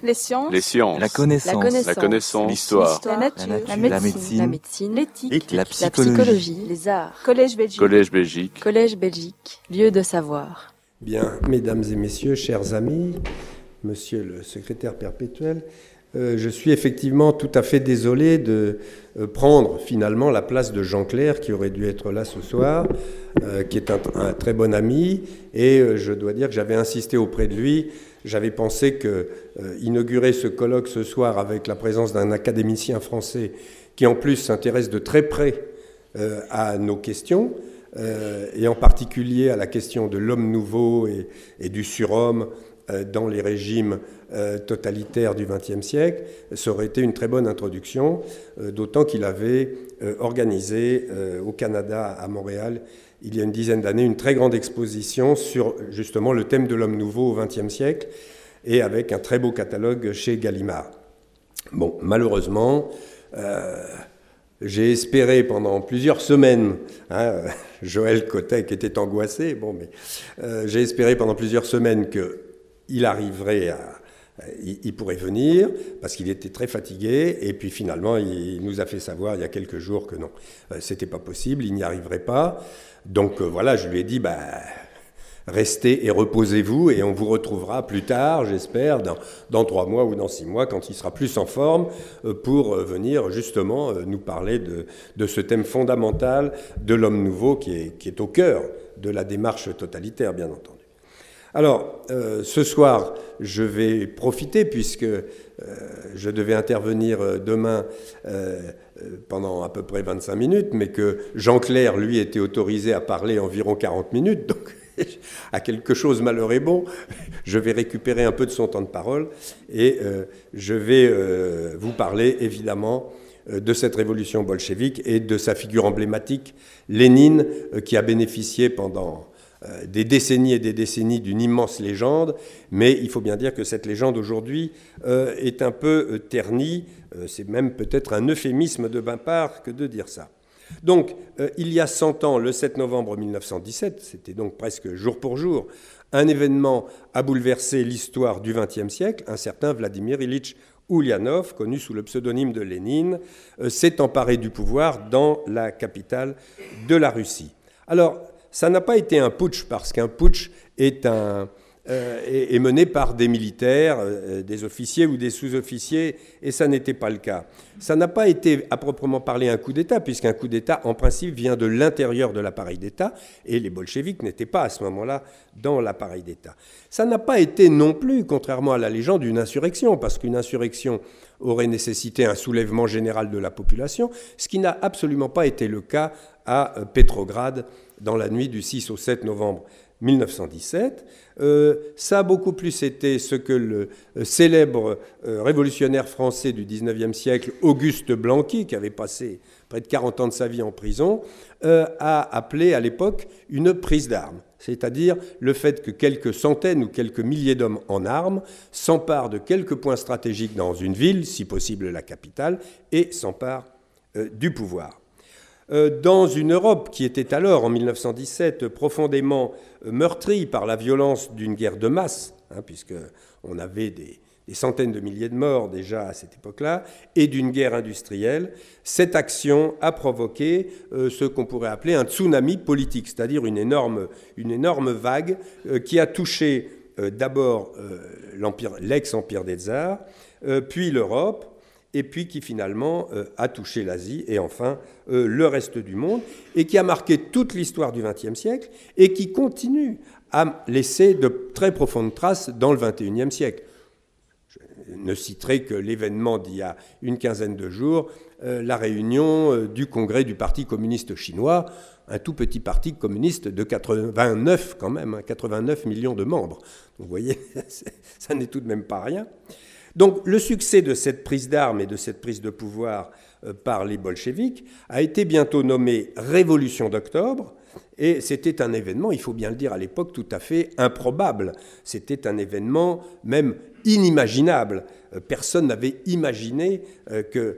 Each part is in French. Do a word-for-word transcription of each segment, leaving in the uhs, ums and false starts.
Les sciences. Les sciences. La connaissance. La connaissance. La connaissance. L'histoire. La nature. La nature. La La médecine. médecine. La médecine. L'éthique. La La psychologie. psychologie. Les arts. Collège Belgique. Collège Belgique. Collège Belgique. Lieu de savoir. Bien, mesdames et messieurs, chers amis, monsieur le secrétaire perpétuel, euh, je suis effectivement tout à fait désolé de euh, prendre finalement la place de Jean Clair, qui aurait dû être là ce soir, euh, qui est un, un très bon ami, et euh, je dois dire que j'avais insisté auprès de lui. J'avais pensé que euh, inaugurer ce colloque ce soir avec la présence d'un académicien français qui en plus s'intéresse de très près euh, à nos questions, Euh, et en particulier à la question de l'homme nouveau et, et du surhomme euh, dans les régimes euh, totalitaires du vingtième siècle, ça aurait été une très bonne introduction, euh, d'autant qu'il avait euh, organisé euh, au Canada, à Montréal, il y a une dizaine d'années, une très grande exposition sur justement le thème de l'homme nouveau au vingtième siècle, et avec un très beau catalogue chez Gallimard. Bon, malheureusement, euh, j'ai espéré pendant plusieurs semaines, hein, Joël Cotet qui était angoissé, bon, mais euh, j'ai espéré pendant plusieurs semaines qu'il arriverait à, il, il pourrait venir parce qu'il était très fatigué, et puis finalement il, il nous a fait savoir il y a quelques jours que non, euh, c'était pas possible, il n'y arriverait pas. Donc euh, voilà, je lui ai dit, bah, restez et reposez-vous, et on vous retrouvera plus tard, j'espère, dans, dans trois mois ou dans six mois, quand il sera plus en forme, pour venir justement nous parler de, de ce thème fondamental de l'homme nouveau qui est, qui est au cœur de la démarche totalitaire, bien entendu. Alors, euh, ce soir, je vais profiter, puisque euh, je devais intervenir demain euh, pendant à peu près vingt-cinq minutes, mais que Jean Clair, lui, était autorisé à parler environ quarante minutes, donc à quelque chose malheur est bon, je vais récupérer un peu de son temps de parole, et euh, je vais euh, vous parler évidemment euh, de cette révolution bolchevique et de sa figure emblématique, Lénine, euh, qui a bénéficié pendant euh, des décennies et des décennies d'une immense légende, mais il faut bien dire que cette légende aujourd'hui euh, est un peu euh, ternie, euh, c'est même peut-être un euphémisme de ma part que de dire ça. Donc, euh, il y a cent ans, le sept novembre mille neuf cent dix-sept, c'était donc presque jour pour jour, un événement a bouleversé l'histoire du vingtième siècle. Un certain Vladimir Ilitch Ulyanov, connu sous le pseudonyme de Lénine, euh, s'est emparé du pouvoir dans la capitale de la Russie. Alors, ça n'a pas été un putsch, parce qu'un putsch est un... Euh, est, est mené par des militaires, euh, des officiers ou des sous-officiers, et ça n'était pas le cas. Ça n'a pas été à proprement parler un coup d'État, puisqu'un coup d'État, en principe, vient de l'intérieur de l'appareil d'État, et les bolcheviks n'étaient pas à ce moment-là dans l'appareil d'État. Ça n'a pas été non plus, contrairement à la légende, une insurrection, parce qu'une insurrection aurait nécessité un soulèvement général de la population, ce qui n'a absolument pas été le cas à Pétrograd dans la nuit du six au sept novembre mille neuf cent dix-sept. Euh, ça a beaucoup plus été ce que le euh, célèbre euh, révolutionnaire français du dix-neuvième siècle, Auguste Blanqui, qui avait passé près de quarante ans de sa vie en prison, euh, a appelé à l'époque une prise d'armes. C'est-à-dire le fait que quelques centaines ou quelques milliers d'hommes en armes s'emparent de quelques points stratégiques dans une ville, si possible la capitale, et s'emparent euh, du pouvoir. Dans une Europe qui était alors, en mille neuf cent dix-sept, profondément meurtrie par la violence d'une guerre de masse, hein, puisqu'on avait des, des centaines de milliers de morts déjà à cette époque-là, et d'une guerre industrielle, cette action a provoqué euh, ce qu'on pourrait appeler un tsunami politique, c'est-à-dire une énorme, une énorme vague euh, qui a touché euh, d'abord euh, l'empire, l'ex-empire des Tsars, euh, puis l'Europe, et puis qui finalement euh, a touché l'Asie et enfin euh, le reste du monde, et qui a marqué toute l'histoire du vingtième siècle et qui continue à laisser de très profondes traces dans le vingt et unième siècle. Je ne citerai que l'événement d'il y a une quinzaine de jours, euh, la réunion euh, du congrès du Parti communiste chinois, un tout petit parti communiste de quatre-vingt-neuf quand même, hein, quatre-vingt-neuf millions de membres. Donc vous voyez, ça n'est tout de même pas rien. Donc le succès de cette prise d'armes et de cette prise de pouvoir euh, par les bolcheviks a été bientôt nommé Révolution d'octobre, et c'était un événement, il faut bien le dire à l'époque, tout à fait improbable. C'était un événement même inimaginable. Personne n'avait imaginé que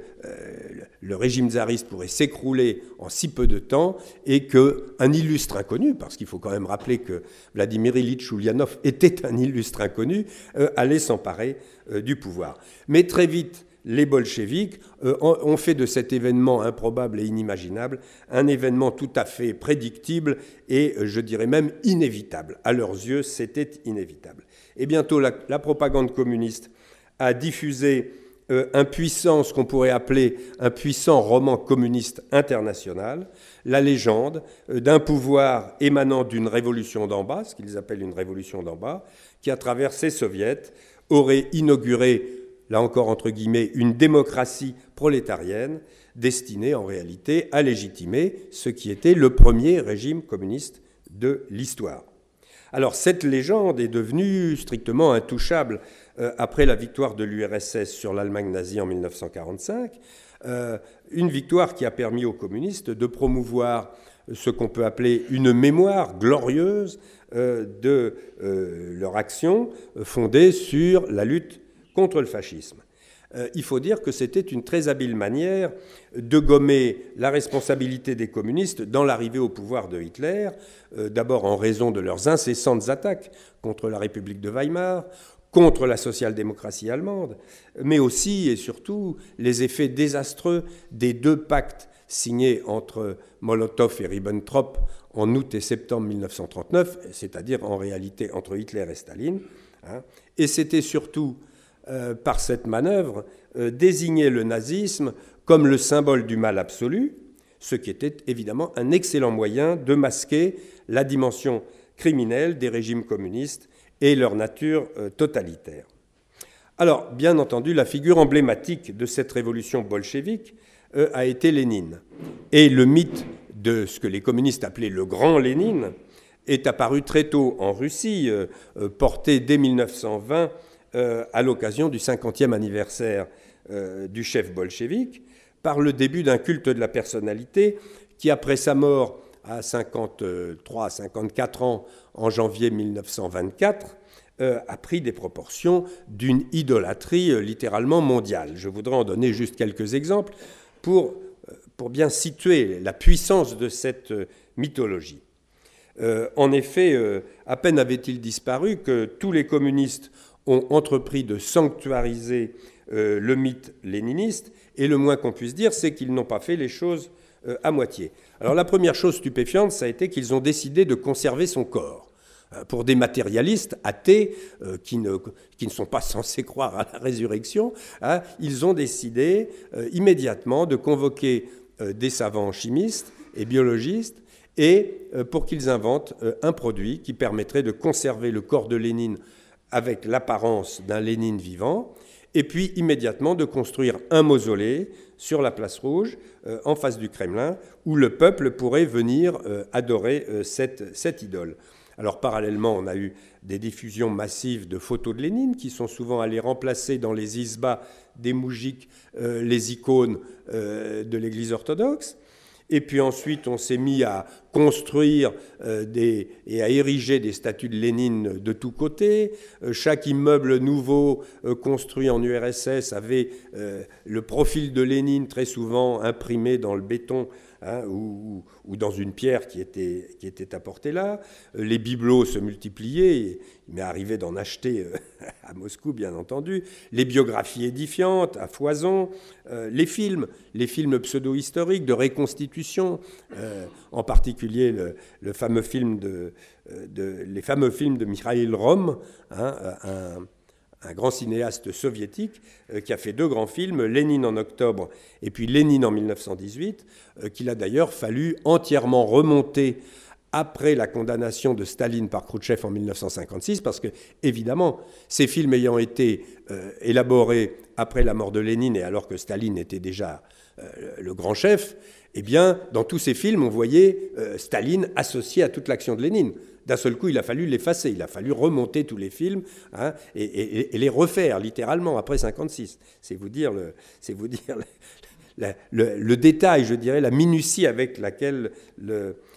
le régime tsariste pourrait s'écrouler en si peu de temps et qu'un illustre inconnu, parce qu'il faut quand même rappeler que Vladimir Ilitch Ulyanov était un illustre inconnu, allait s'emparer du pouvoir. Mais très vite, les bolcheviks ont fait de cet événement improbable et inimaginable un événement tout à fait prédictible et, je dirais même, inévitable. À leurs yeux, c'était inévitable. Et bientôt, la, la propagande communiste a diffusé euh, un puissant, ce qu'on pourrait appeler un puissant roman communiste international, la légende euh, d'un pouvoir émanant d'une révolution d'en bas, ce qu'ils appellent une révolution d'en bas, qui, à travers ces soviets, aurait inauguré, là encore entre guillemets, une démocratie prolétarienne destinée en réalité à légitimer ce qui était le premier régime communiste de l'histoire. Alors cette légende est devenue strictement intouchable euh, après la victoire de l'U R S S sur l'Allemagne nazie en mille neuf cent quarante-cinq, euh, une victoire qui a permis aux communistes de promouvoir ce qu'on peut appeler une mémoire glorieuse euh, de euh, leur action fondée sur la lutte contre le fascisme. Euh, il faut dire que c'était une très habile manière de gommer la responsabilité des communistes dans l'arrivée au pouvoir de Hitler, euh, d'abord en raison de leurs incessantes attaques contre la République de Weimar, contre la social-démocratie allemande, mais aussi et surtout les effets désastreux des deux pactes signés entre Molotov et Ribbentrop en août et septembre mille neuf cent trente-neuf, c'est-à-dire en réalité entre Hitler et Staline. Hein, et c'était surtout Euh, par cette manœuvre, euh, désigner le nazisme comme le symbole du mal absolu, ce qui était évidemment un excellent moyen de masquer la dimension criminelle des régimes communistes et leur nature euh, totalitaire. Alors, bien entendu, la figure emblématique de cette révolution bolchevique euh, a été Lénine. Et le mythe de ce que les communistes appelaient le grand Lénine est apparu très tôt en Russie, euh, euh, porté dès mille neuf cent vingt Euh, à l'occasion du cinquantième anniversaire euh, du chef bolchevique, par le début d'un culte de la personnalité qui, après sa mort à cinquante-trois à cinquante-quatre ans en janvier mille neuf cent vingt-quatre, euh, a pris des proportions d'une idolâtrie euh, littéralement mondiale. Je voudrais en donner juste quelques exemples pour, euh, pour bien situer la puissance de cette euh, mythologie. Euh, en effet, euh, à peine avait-il disparu que tous les communistes ont entrepris de sanctuariser euh, le mythe léniniste, et le moins qu'on puisse dire, c'est qu'ils n'ont pas fait les choses euh, à moitié. Alors la première chose stupéfiante, ça a été qu'ils ont décidé de conserver son corps. Euh, pour des matérialistes athées euh, qui, ne, qui ne sont pas censés croire à la résurrection, hein, ils ont décidé euh, immédiatement de convoquer euh, des savants chimistes et biologistes et euh, pour qu'ils inventent euh, un produit qui permettrait de conserver le corps de Lénine avec l'apparence d'un Lénine vivant, et puis immédiatement de construire un mausolée sur la place Rouge, euh, en face du Kremlin, où le peuple pourrait venir euh, adorer euh, cette, cette idole. Alors parallèlement, on a eu des diffusions massives de photos de Lénine, qui sont souvent allées remplacer dans les isbas des moujiks euh, les icônes euh, de l'Église orthodoxe. Et puis ensuite, on s'est mis à construire euh, des, et à ériger des statues de Lénine de tous côtés. Euh, chaque immeuble nouveau euh, construit en U R S S avait euh, le profil de Lénine très souvent imprimé dans le béton, hein, ou, ou dans une pierre qui était, qui était apportée là. Euh, les bibelots se multipliaient. Il m'est arrivé d'en acheter euh, à Moscou, bien entendu. Les biographies édifiantes à foison. Euh, les films, les films pseudo-historiques de reconstitution, euh, en particulier le, le fameux film de, de, les fameux films de Mikhaïl Rom, hein, un, un grand cinéaste soviétique euh, qui a fait deux grands films, Lénine en octobre et puis Lénine en mille neuf cent dix-huit, euh, qu'il a d'ailleurs fallu entièrement remonter après la condamnation de Staline par Khrouchtchev en mille neuf cent cinquante-six, parce que, évidemment, ces films ayant été euh, élaborés après la mort de Lénine et alors que Staline était déjà euh, le grand chef, eh bien, dans tous ces films, on voyait euh, Staline associé à toute l'action de Lénine. D'un seul coup, il a fallu l'effacer, il a fallu remonter tous les films, hein, et, et, et les refaire, littéralement, après cinquante-six. C'est vous dire le... C'est vous dire le, la, le, le détail, je dirais, la minutie avec laquelle le...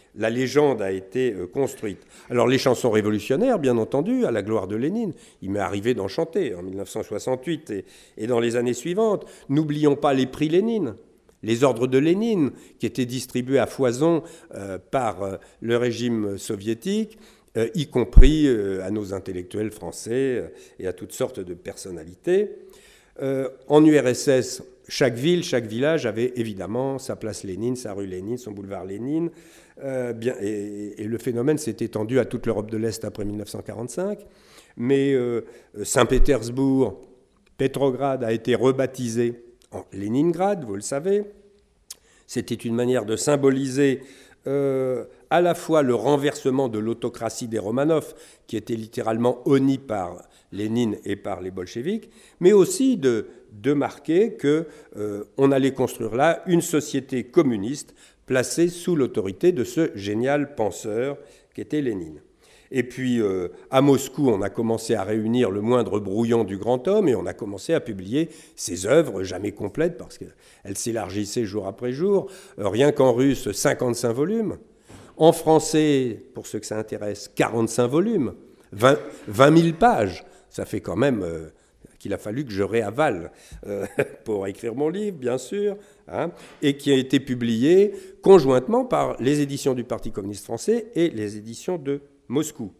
la légende a été euh, construite. Alors les chansons révolutionnaires, bien entendu, à la gloire de Lénine, il m'est arrivé d'en chanter en mille neuf cent soixante-huit et, et dans les années suivantes. N'oublions pas les prix Lénine, les ordres de Lénine, qui étaient distribués à foison euh, par euh, le régime soviétique, euh, y compris euh, à nos intellectuels français euh, et à toutes sortes de personnalités. Euh, en U R S S, chaque ville, chaque village avait évidemment sa place Lénine, sa rue Lénine, son boulevard Lénine. Euh, bien, et, et le phénomène s'est étendu à toute l'Europe de l'Est après mille neuf cent quarante-cinq. Mais euh, Saint-Pétersbourg, Pétrograd a été rebaptisé en Léningrad, vous le savez. C'était une manière de symboliser euh, à la fois le renversement de l'autocratie des Romanov, qui était littéralement honnie par Lénine et par les bolcheviks, mais aussi de, de marquer qu'on euh, allait construire là une société communiste placée sous l'autorité de ce génial penseur qu'était Lénine. Et puis, euh, à Moscou, on a commencé à réunir le moindre brouillon du grand homme et on a commencé à publier ses œuvres, jamais complètes, parce qu'elles s'élargissaient jour après jour. Euh, rien qu'en russe, cinquante-cinq volumes. En français, pour ceux que ça intéresse, quarante-cinq volumes, vingt mille pages. Ça fait quand même euh, qu'il a fallu que je réavale euh, pour écrire mon livre, bien sûr, hein, et qui a été publié conjointement par les éditions du Parti communiste français et les éditions de Moscou.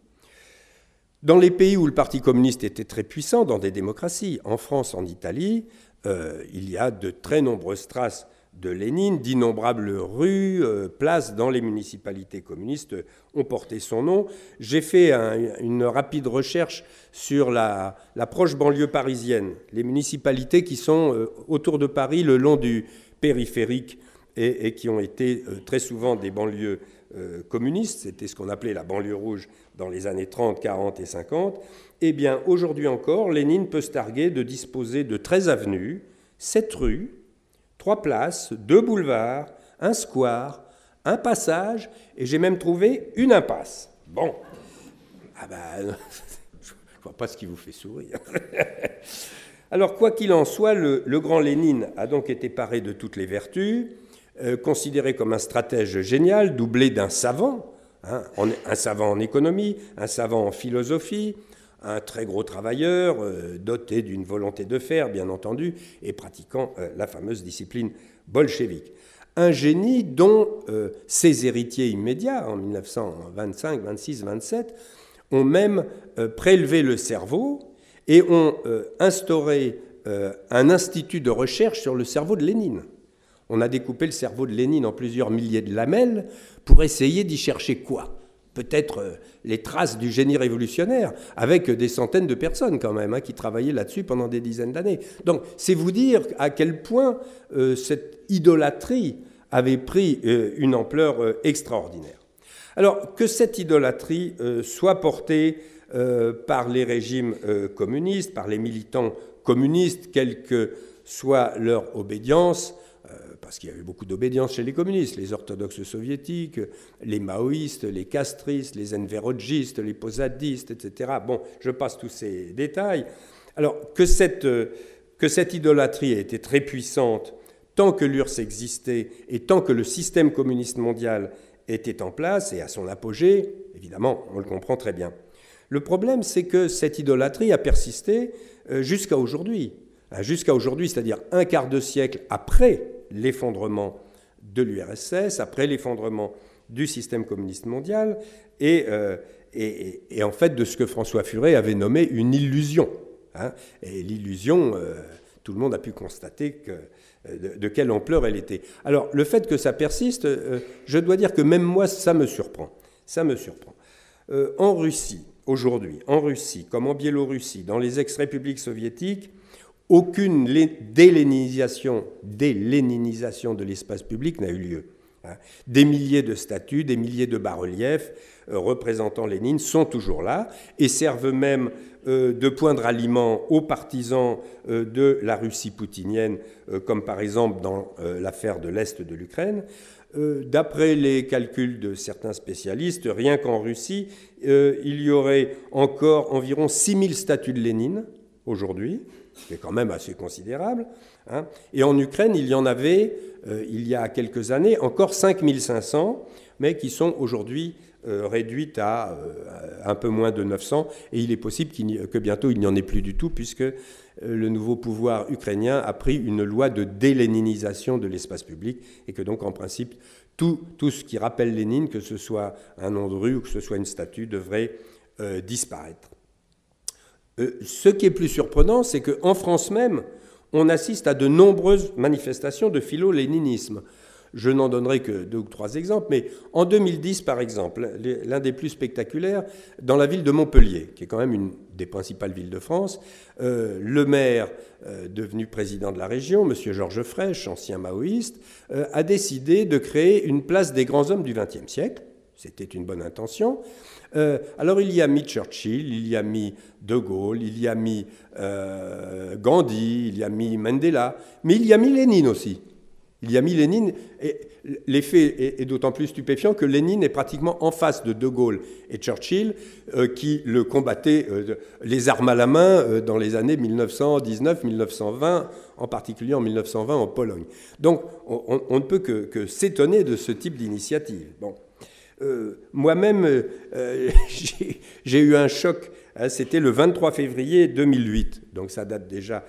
Dans les pays où le Parti communiste était très puissant, dans des démocraties, en France, en Italie, euh, il y a de très nombreuses traces de Lénine, d'innombrables rues, euh, places dans les municipalités communistes ont porté son nom. J'ai fait un, une rapide recherche sur la, la proche banlieue parisienne, les municipalités qui sont euh, autour de Paris, le long du périphérique, et, et qui ont été euh, très souvent des banlieues euh, communistes. C'était ce qu'on appelait la banlieue rouge dans les années trente, quarante et cinquante. Eh bien, aujourd'hui encore, Lénine peut se targuer de disposer de treize avenues, sept rues, trois places, deux boulevards, un square, un passage, et j'ai même trouvé une impasse. Bon, ah ben, je ne vois pas ce qui vous fait sourire. Alors, quoi qu'il en soit, le, le grand Lénine a donc été paré de toutes les vertus, euh, considéré comme un stratège génial, doublé d'un savant, hein, en, un savant en économie, un savant en philosophie, un très gros travailleur, euh, doté d'une volonté de faire, bien entendu, et pratiquant euh, la fameuse discipline bolchevique. Un génie dont euh, ses héritiers immédiats, en mille neuf cent vingt-cinq, vingt-six, vingt-sept, ont même euh, prélevé le cerveau et ont euh, instauré euh, un institut de recherche sur le cerveau de Lénine. On a découpé le cerveau de Lénine en plusieurs milliers de lamelles pour essayer d'y chercher quoi ? Peut-être les traces du génie révolutionnaire, avec des centaines de personnes quand même, hein, qui travaillaient là-dessus pendant des dizaines d'années. Donc, c'est vous dire à quel point euh, cette idolâtrie avait pris euh, une ampleur euh, extraordinaire. Alors, que cette idolâtrie euh, soit portée euh, par les régimes euh, communistes, par les militants communistes, quelle que soit leur obédience, parce qu'il y avait beaucoup d'obédience chez les communistes, les orthodoxes soviétiques, les maoïstes, les castristes, les enverodgistes, les posadistes, et cetera. Bon, je passe tous ces détails. Alors, que cette, que cette idolâtrie a été très puissante tant que l'U R S S existait et tant que le système communiste mondial était en place et à son apogée, évidemment, on le comprend très bien. Le problème, c'est que cette idolâtrie a persisté jusqu'à aujourd'hui. Jusqu'à aujourd'hui, c'est-à-dire un quart de siècle après l'effondrement de l'U R S S, après l'effondrement du système communiste mondial, et, euh, et, et en fait de ce que François Furet avait nommé une illusion. Hein. Et l'illusion, euh, tout le monde a pu constater que, de, de quelle ampleur elle était. Alors, le fait que ça persiste, euh, je dois dire que même moi, ça me surprend. Ça me surprend. Euh, en Russie, aujourd'hui, en Russie, comme en Biélorussie, dans les ex-républiques soviétiques, aucune déléninisation, déléninisation de l'espace public n'a eu lieu. Des milliers de statues, des milliers de bas-reliefs euh, représentant Lénine sont toujours là et servent même euh, de point de ralliement aux partisans euh, de la Russie poutinienne, euh, comme par exemple dans euh, l'affaire de l'Est de l'Ukraine. Euh, d'après les calculs de certains spécialistes, rien qu'en Russie, euh, il y aurait encore environ six mille statues de Lénine aujourd'hui, qui est quand même assez considérable. Hein. Et en Ukraine, il y en avait, euh, il y a quelques années, encore cinq mille cinq cents, mais qui sont aujourd'hui euh, réduites à euh, un peu moins de neuf cents. Et il est possible qu'il que bientôt, il n'y en ait plus du tout, puisque euh, le nouveau pouvoir ukrainien a pris une loi de déléninisation de l'espace public, et que donc, en principe, tout, tout ce qui rappelle Lénine, que ce soit un nom de rue ou que ce soit une statue, devrait euh, disparaître. Euh, ce qui est plus surprenant, c'est qu'en France même, on assiste à de nombreuses manifestations de philo-léninisme. Je n'en donnerai que deux ou trois exemples, mais en deux mille dix, par exemple, l'un des plus spectaculaires, dans la ville de Montpellier, qui est quand même une des principales villes de France, euh, le maire, euh, devenu président de la région, M. Georges Frêche, ancien maoïste, euh, a décidé de créer une place des grands hommes du vingtième siècle. C'était une bonne intention. Euh, alors il y a mis Churchill, il y a mis De Gaulle, il y a mis euh, Gandhi, il y a mis Mandela, mais il y a mis Lénine aussi. Il y a mis Lénine, et l'effet est, est d'autant plus stupéfiant que Lénine est pratiquement en face de De Gaulle et Churchill, euh, qui le combattaient euh, les armes à la main euh, dans les années mille neuf cent dix-neuf mille neuf cent vingt, en particulier en mille neuf cent vingt en Pologne. Donc on, on, on ne peut que, que s'étonner de ce type d'initiative. Bon. Euh, moi-même, euh, j'ai, j'ai eu un choc, hein, c'était le vingt-trois février deux mille huit, donc ça date déjà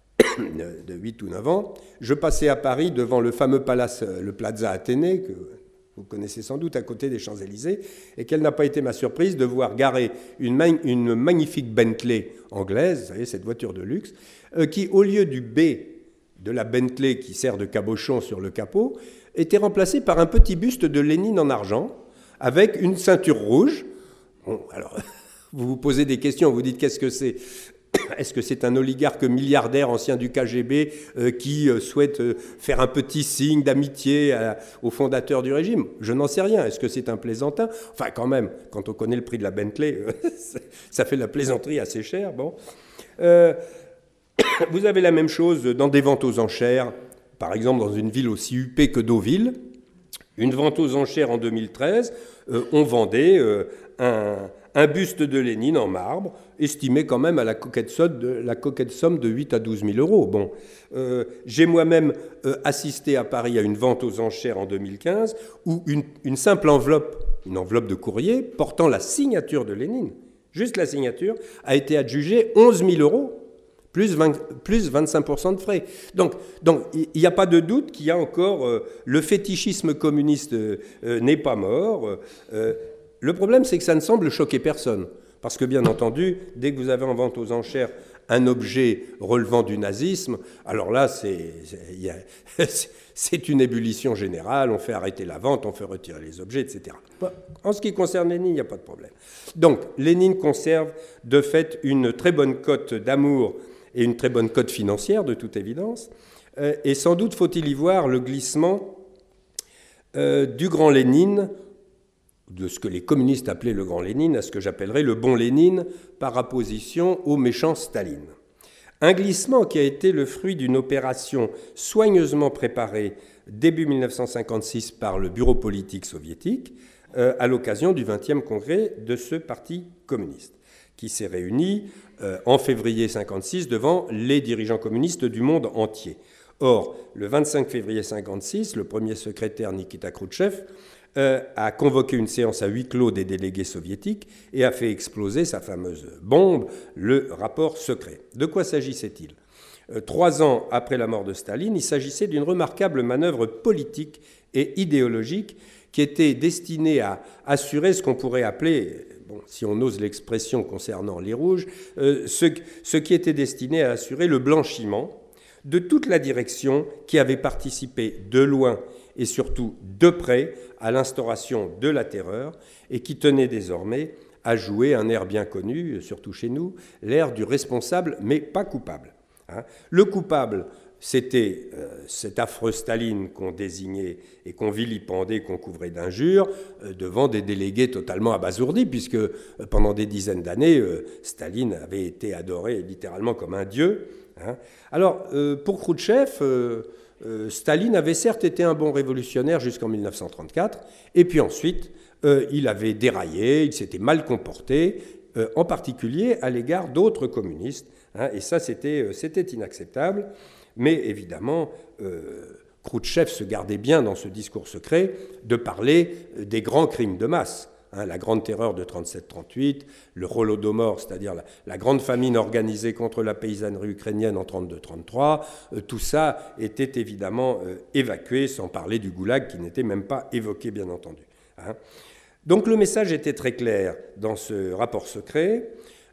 de huit ou neuf ans. Je passais à Paris devant le fameux palace, le Plaza Athénée, que vous connaissez sans doute, à côté des Champs-Élysées, et quelle n'a pas été ma surprise de voir garer une, ma- une magnifique Bentley anglaise, vous savez, cette voiture de luxe, euh, qui, au lieu du B de la Bentley qui sert de cabochon sur le capot, était remplacée par un petit buste de Lénine en argent, avec une ceinture rouge. Bon, alors, vous vous posez des questions, vous dites qu'est-ce que c'est ? Est-ce que c'est un oligarque milliardaire ancien du K G B euh, qui euh, souhaite euh, faire un petit signe d'amitié à, au fondateur du régime ? Je n'en sais rien. Est-ce que c'est un plaisantin ? Enfin, quand même, quand on connaît le prix de la Bentley, euh, ça fait de la plaisanterie assez chère. Bon. Euh, vous avez la même chose dans des ventes aux enchères, par exemple dans une ville aussi huppée que Deauville. Une vente aux enchères en deux mille treize, euh, on vendait euh, un, un buste de Lénine en marbre, estimé quand même à la coquette somme de, la coquette somme de huit à douze mille euros. Bon, euh, j'ai moi-même euh, assisté à Paris à une vente aux enchères en deux mille quinze, où une, une simple enveloppe, une enveloppe de courrier, portant la signature de Lénine, juste la signature, a été adjugée onze mille euros. Plus, vingt, plus vingt-cinq pour cent de frais. Donc, donc il n'y a pas de doute qu'il y a encore... Euh, le fétichisme communiste euh, n'est pas mort. Euh, le problème, c'est que ça ne semble choquer personne. Parce que, bien entendu, dès que vous avez en vente aux enchères un objet relevant du nazisme, alors là, c'est, c'est, y a, c'est une ébullition générale. On fait arrêter la vente, on fait retirer les objets, et cetera. En ce qui concerne Lénine, il n'y a pas de problème. Donc, Lénine conserve de fait une très bonne cote d'amour et une très bonne cote financière, de toute évidence. Euh, et sans doute faut-il y voir le glissement euh, du grand Lénine, de ce que les communistes appelaient le grand Lénine, à ce que j'appellerais le bon Lénine, par opposition au méchant Staline. Un glissement qui a été le fruit d'une opération soigneusement préparée début mille neuf cent cinquante-six par le bureau politique soviétique, euh, à l'occasion du vingtième congrès de ce parti communiste, qui s'est réuni euh, en février mille neuf cent cinquante-six devant les dirigeants communistes du monde entier. Or, le vingt-cinq février mille neuf cent cinquante-six, le premier secrétaire Nikita Khrouchtchev euh, a convoqué une séance à huis clos des délégués soviétiques et a fait exploser sa fameuse bombe, le rapport secret. De quoi s'agissait-il ? euh, Trois ans après la mort de Staline, il s'agissait d'une remarquable manœuvre politique et idéologique qui était destinée à assurer ce qu'on pourrait appeler... Bon, si on ose l'expression concernant les Rouges, euh, ce, ce qui était destiné à assurer le blanchiment de toute la direction qui avait participé de loin et surtout de près à l'instauration de la terreur et qui tenait désormais à jouer un air bien connu, surtout chez nous, l'air du responsable mais pas coupable. Hein. Le coupable, c'était euh, cet affreux Staline qu'on désignait et qu'on vilipendait, qu'on couvrait d'injures, euh, devant des délégués totalement abasourdis, puisque euh, pendant des dizaines d'années, euh, Staline avait été adoré littéralement comme un dieu. Hein. Alors, euh, pour Khrouchtchev, euh, euh, Staline avait certes été un bon révolutionnaire jusqu'en mille neuf cent trente-quatre, et puis ensuite, euh, il avait déraillé, il s'était mal comporté, euh, en particulier à l'égard d'autres communistes. Hein, et ça, c'était, euh, c'était inacceptable. Mais évidemment, euh, Khrouchtchev se gardait bien dans ce discours secret de parler des grands crimes de masse. Hein, la grande terreur de trente-sept trente-huit, le Holodomor, c'est-à-dire la, la grande famine organisée contre la paysannerie ukrainienne en trente-deux trente-trois, euh, tout ça était évidemment euh, évacué, sans parler du goulag qui n'était même pas évoqué, bien entendu. Hein. Donc le message était très clair dans ce rapport secret.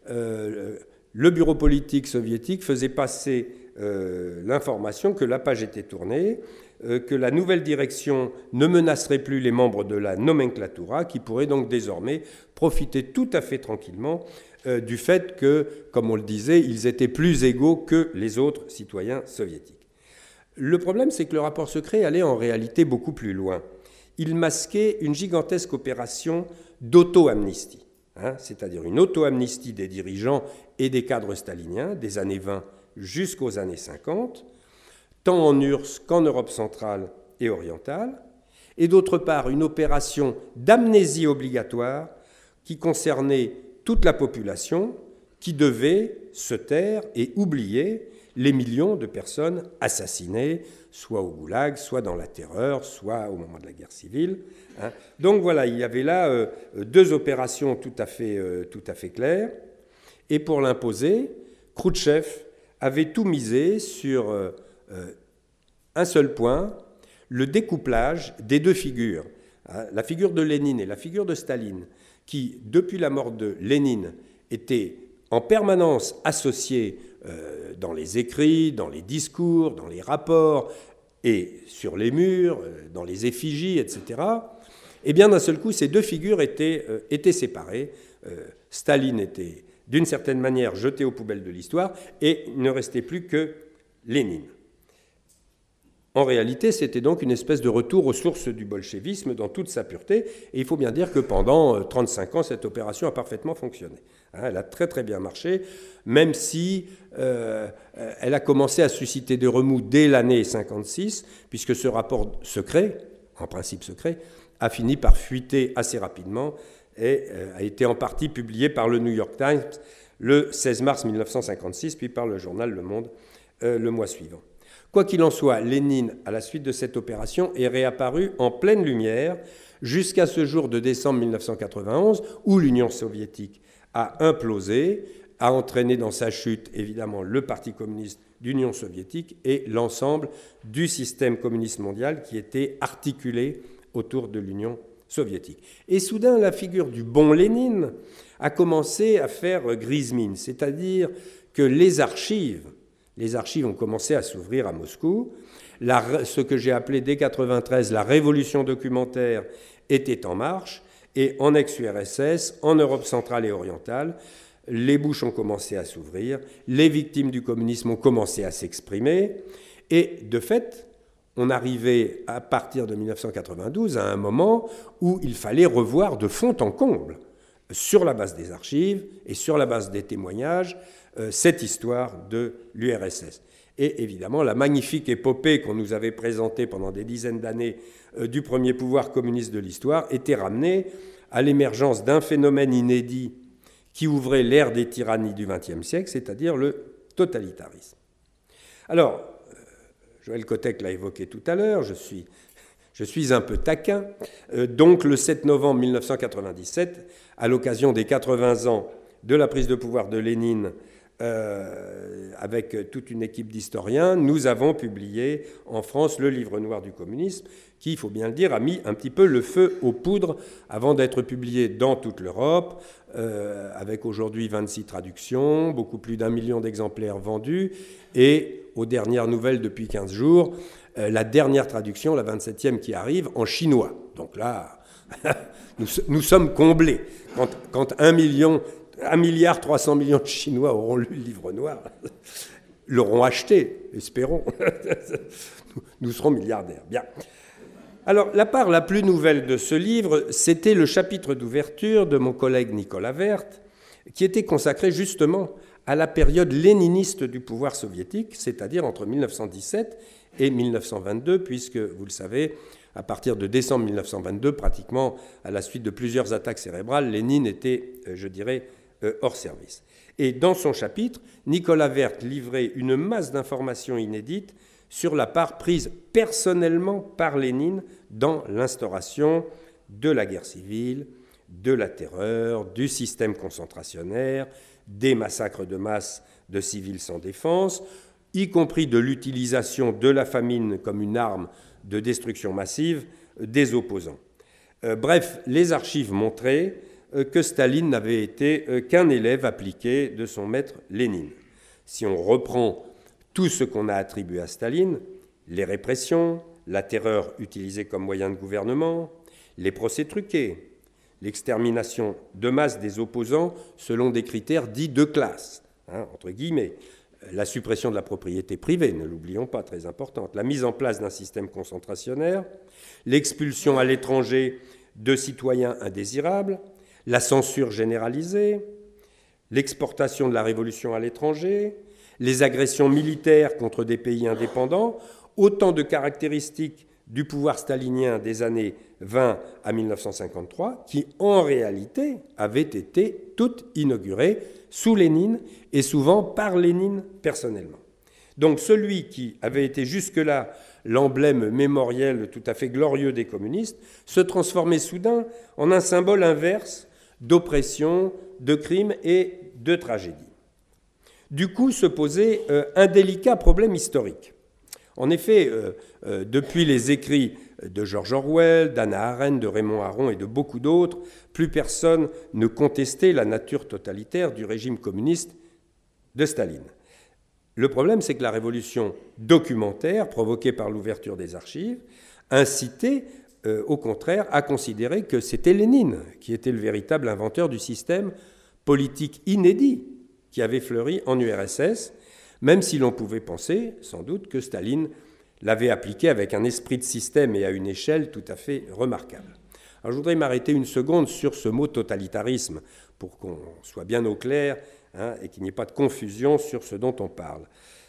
Euh, le bureau politique soviétique faisait passer euh, l'information que la page était tournée, euh, que la nouvelle direction ne menacerait plus les membres de la nomenclatura, qui pourraient donc désormais profiter tout à fait tranquillement euh, du fait que, comme on le disait, ils étaient plus égaux que les autres citoyens soviétiques. Le problème, c'est que le rapport secret allait en réalité beaucoup plus loin. Il masquait une gigantesque opération d'auto-amnistie, hein, c'est-à-dire une auto-amnistie des dirigeants et des cadres staliniens des années vingt jusqu'aux années cinquante, tant en U R S S qu'en Europe centrale et orientale, et d'autre part une opération d'amnésie obligatoire qui concernait toute la population qui devait se taire et oublier les millions de personnes assassinées, soit au goulag, soit dans la terreur, soit au moment de la guerre civile. Hein. Donc voilà, il y avait là euh, deux opérations tout à fait, euh, tout à fait claires. Et pour l'imposer, Khrouchtchev avait tout misé sur euh, euh, un seul point, le découplage des deux figures, hein, la figure de Lénine et la figure de Staline, qui, depuis la mort de Lénine, étaient en permanence associés euh, dans les écrits, dans les discours, dans les rapports et sur les murs, euh, dans les effigies, et cetera. Et bien d'un seul coup, ces deux figures étaient, euh, étaient séparées. Euh, Staline était d'une certaine manière jeté aux poubelles de l'histoire et il ne restait plus que Lénine. En réalité, c'était donc une espèce de retour aux sources du bolchevisme dans toute sa pureté. Et il faut bien dire que pendant trente-cinq ans, cette opération a parfaitement fonctionné. Elle a très très bien marché, même si euh, elle a commencé à susciter des remous dès l'année cinquante-six, puisque ce rapport secret, en principe secret, a fini par fuiter assez rapidement et euh, a été en partie publié par le New York Times le seize mars mille neuf cent cinquante-six, puis par le journal Le Monde euh, le mois suivant. Quoi qu'il en soit, Lénine, à la suite de cette opération, est réapparu en pleine lumière jusqu'à ce jour de décembre mille neuf cent quatre-vingt-onze où l'Union soviétique a implosé, a entraîné dans sa chute évidemment le Parti communiste d'Union soviétique et l'ensemble du système communiste mondial qui était articulé autour de l'Union soviétique. Et soudain, la figure du bon Lénine a commencé à faire grise mine, c'est-à-dire que les archives Les archives ont commencé à s'ouvrir à Moscou. La, ce que j'ai appelé dès mille neuf cent quatre-vingt-treize la révolution documentaire était en marche. Et en ex-U R S S, en Europe centrale et orientale, les bouches ont commencé à s'ouvrir. Les victimes du communisme ont commencé à s'exprimer. Et de fait, on arrivait à partir de mille neuf cent quatre-vingt-douze à un moment où il fallait revoir de fond en comble, sur la base des archives et sur la base des témoignages, cette histoire de l'U R S S. Et évidemment, la magnifique épopée qu'on nous avait présentée pendant des dizaines d'années euh, du premier pouvoir communiste de l'histoire était ramenée à l'émergence d'un phénomène inédit qui ouvrait l'ère des tyrannies du vingtième siècle, c'est-à-dire le totalitarisme. Alors, euh, Joël Kotek l'a évoqué tout à l'heure, je suis, je suis un peu taquin. Euh, donc, le sept novembre mille neuf cent quatre-vingt-dix-sept, à l'occasion des quatre-vingts ans de la prise de pouvoir de Lénine, Euh, avec toute une équipe d'historiens, nous avons publié en France le livre noir du communisme, qui, il faut bien le dire, a mis un petit peu le feu aux poudres avant d'être publié dans toute l'Europe, euh, avec aujourd'hui vingt-six traductions, beaucoup plus d'un million d'exemplaires vendus, et aux dernières nouvelles depuis quinze jours, euh, la dernière traduction, la vingt-septième qui arrive, en chinois. Donc là, nous, nous sommes comblés. Quand, quand un million... Un milliard trois cents millions de Chinois auront lu le livre noir, l'auront acheté, espérons. Nous serons milliardaires. Bien. Alors, la part la plus nouvelle de ce livre, c'était le chapitre d'ouverture de mon collègue Nicolas Werth, qui était consacré justement à la période léniniste du pouvoir soviétique, c'est-à-dire entre mille neuf cent dix-sept et mille neuf cent vingt-deux, puisque, vous le savez, à partir de décembre mille neuf cent vingt-deux, pratiquement à la suite de plusieurs attaques cérébrales, Lénine était, je dirais, euh, hors service. Et dans son chapitre, Nicolas Werth livrait une masse d'informations inédites sur la part prise personnellement par Lénine dans l'instauration de la guerre civile, de la terreur, du système concentrationnaire, des massacres de masse de civils sans défense, y compris de l'utilisation de la famine comme une arme de destruction massive des opposants. Euh, bref, les archives montraient euh, que Staline n'avait été euh, qu'un élève appliqué de son maître Lénine. Si on reprend tout ce qu'on a attribué à Staline, les répressions, la terreur utilisée comme moyen de gouvernement, les procès truqués, l'extermination de masse des opposants selon des critères dits de classe, hein, entre guillemets, la suppression de la propriété privée, ne l'oublions pas, très importante, la mise en place d'un système concentrationnaire, l'expulsion à l'étranger de citoyens indésirables, la censure généralisée, l'exportation de la révolution à l'étranger, les agressions militaires contre des pays indépendants, autant de caractéristiques du pouvoir stalinien des années vingt à mille neuf cent cinquante-trois, qui en réalité avaient été toutes inaugurées sous Lénine et souvent par Lénine personnellement. Donc celui qui avait été jusque-là l'emblème mémoriel tout à fait glorieux des communistes se transformait soudain en un symbole inverse d'oppression, de crime et de tragédie. Du coup se posait euh, un délicat problème historique. En effet, euh, euh, depuis les écrits de George Orwell, d'Hannah Arendt, de Raymond Aron et de beaucoup d'autres, plus personne ne contestait la nature totalitaire du régime communiste de Staline. Le problème, c'est que la révolution documentaire provoquée par l'ouverture des archives incitait, euh, au contraire, à considérer que c'était Lénine qui était le véritable inventeur du système politique inédit qui avait fleuri en U R S S, même si l'on pouvait penser, sans doute, que Staline l'avait appliqué avec un esprit de système et à une échelle tout à fait remarquable. Alors, je voudrais m'arrêter une seconde sur ce mot totalitarisme, pour qu'on soit bien au clair, hein, et qu'il n'y ait pas de confusion sur ce dont on parle.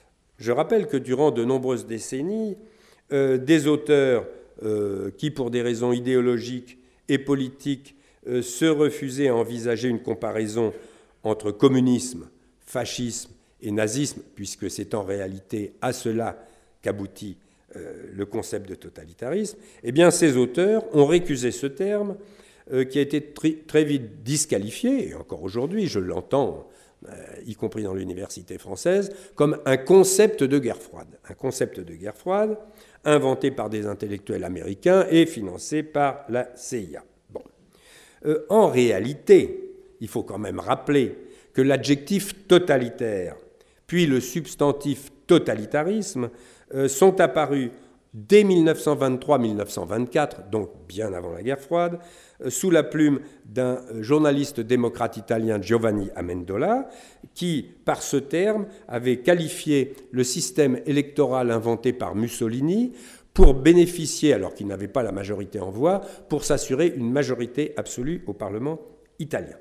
Je rappelle que durant de nombreuses décennies, euh, des auteurs euh, qui, pour des raisons idéologiques et politiques, euh, se refusaient à envisager une comparaison entre communisme, fascisme et nazisme, puisque c'est en réalité à cela qu'aboutit euh, le concept de totalitarisme, eh bien ces auteurs ont récusé ce terme euh, qui a été tri- très vite disqualifié, et encore aujourd'hui je l'entends, euh, y compris dans l'université française, comme un concept de guerre froide. Un concept de guerre froide inventé par des intellectuels américains et financé par la C I A. Bon. Euh, en réalité, il faut quand même rappeler que l'adjectif totalitaire puis le substantif totalitarisme euh, sont apparus dès mille neuf cent vingt-trois mille neuf cent vingt-quatre, donc bien avant la guerre froide, euh, sous la plume d'un journaliste démocrate italien Giovanni Amendola, qui, par ce terme, avait qualifié le système électoral inventé par Mussolini pour bénéficier, alors qu'il n'avait pas la majorité en voix, pour s'assurer une majorité absolue au Parlement italien.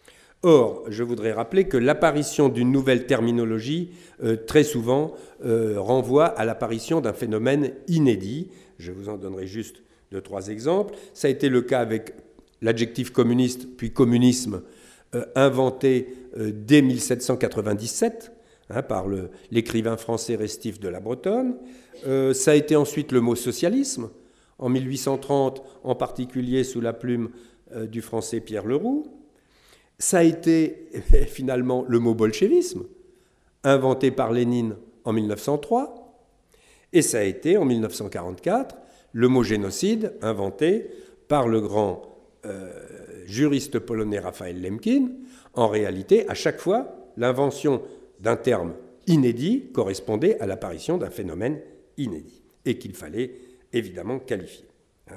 Or, je voudrais rappeler que l'apparition d'une nouvelle terminologie, euh, très souvent, euh, renvoie à l'apparition d'un phénomène inédit. Je vous en donnerai juste deux, trois exemples. Ça a été le cas avec l'adjectif communiste, puis communisme, euh, inventé euh, dès mille sept cent quatre-vingt-dix-sept hein, par le, l'écrivain français Restif de la Bretonne. Euh, ça a été ensuite le mot socialisme, en mille huit cent trente, en particulier sous la plume euh, du français Pierre Leroux. Ça a été finalement le mot bolchevisme, inventé par Lénine en mille neuf cent trois, et ça a été en mille neuf cent quarante-quatre le mot génocide, inventé par le grand euh, juriste polonais Raphaël Lemkin. En réalité, à chaque fois, l'invention d'un terme inédit correspondait à l'apparition d'un phénomène inédit, et qu'il fallait évidemment qualifier.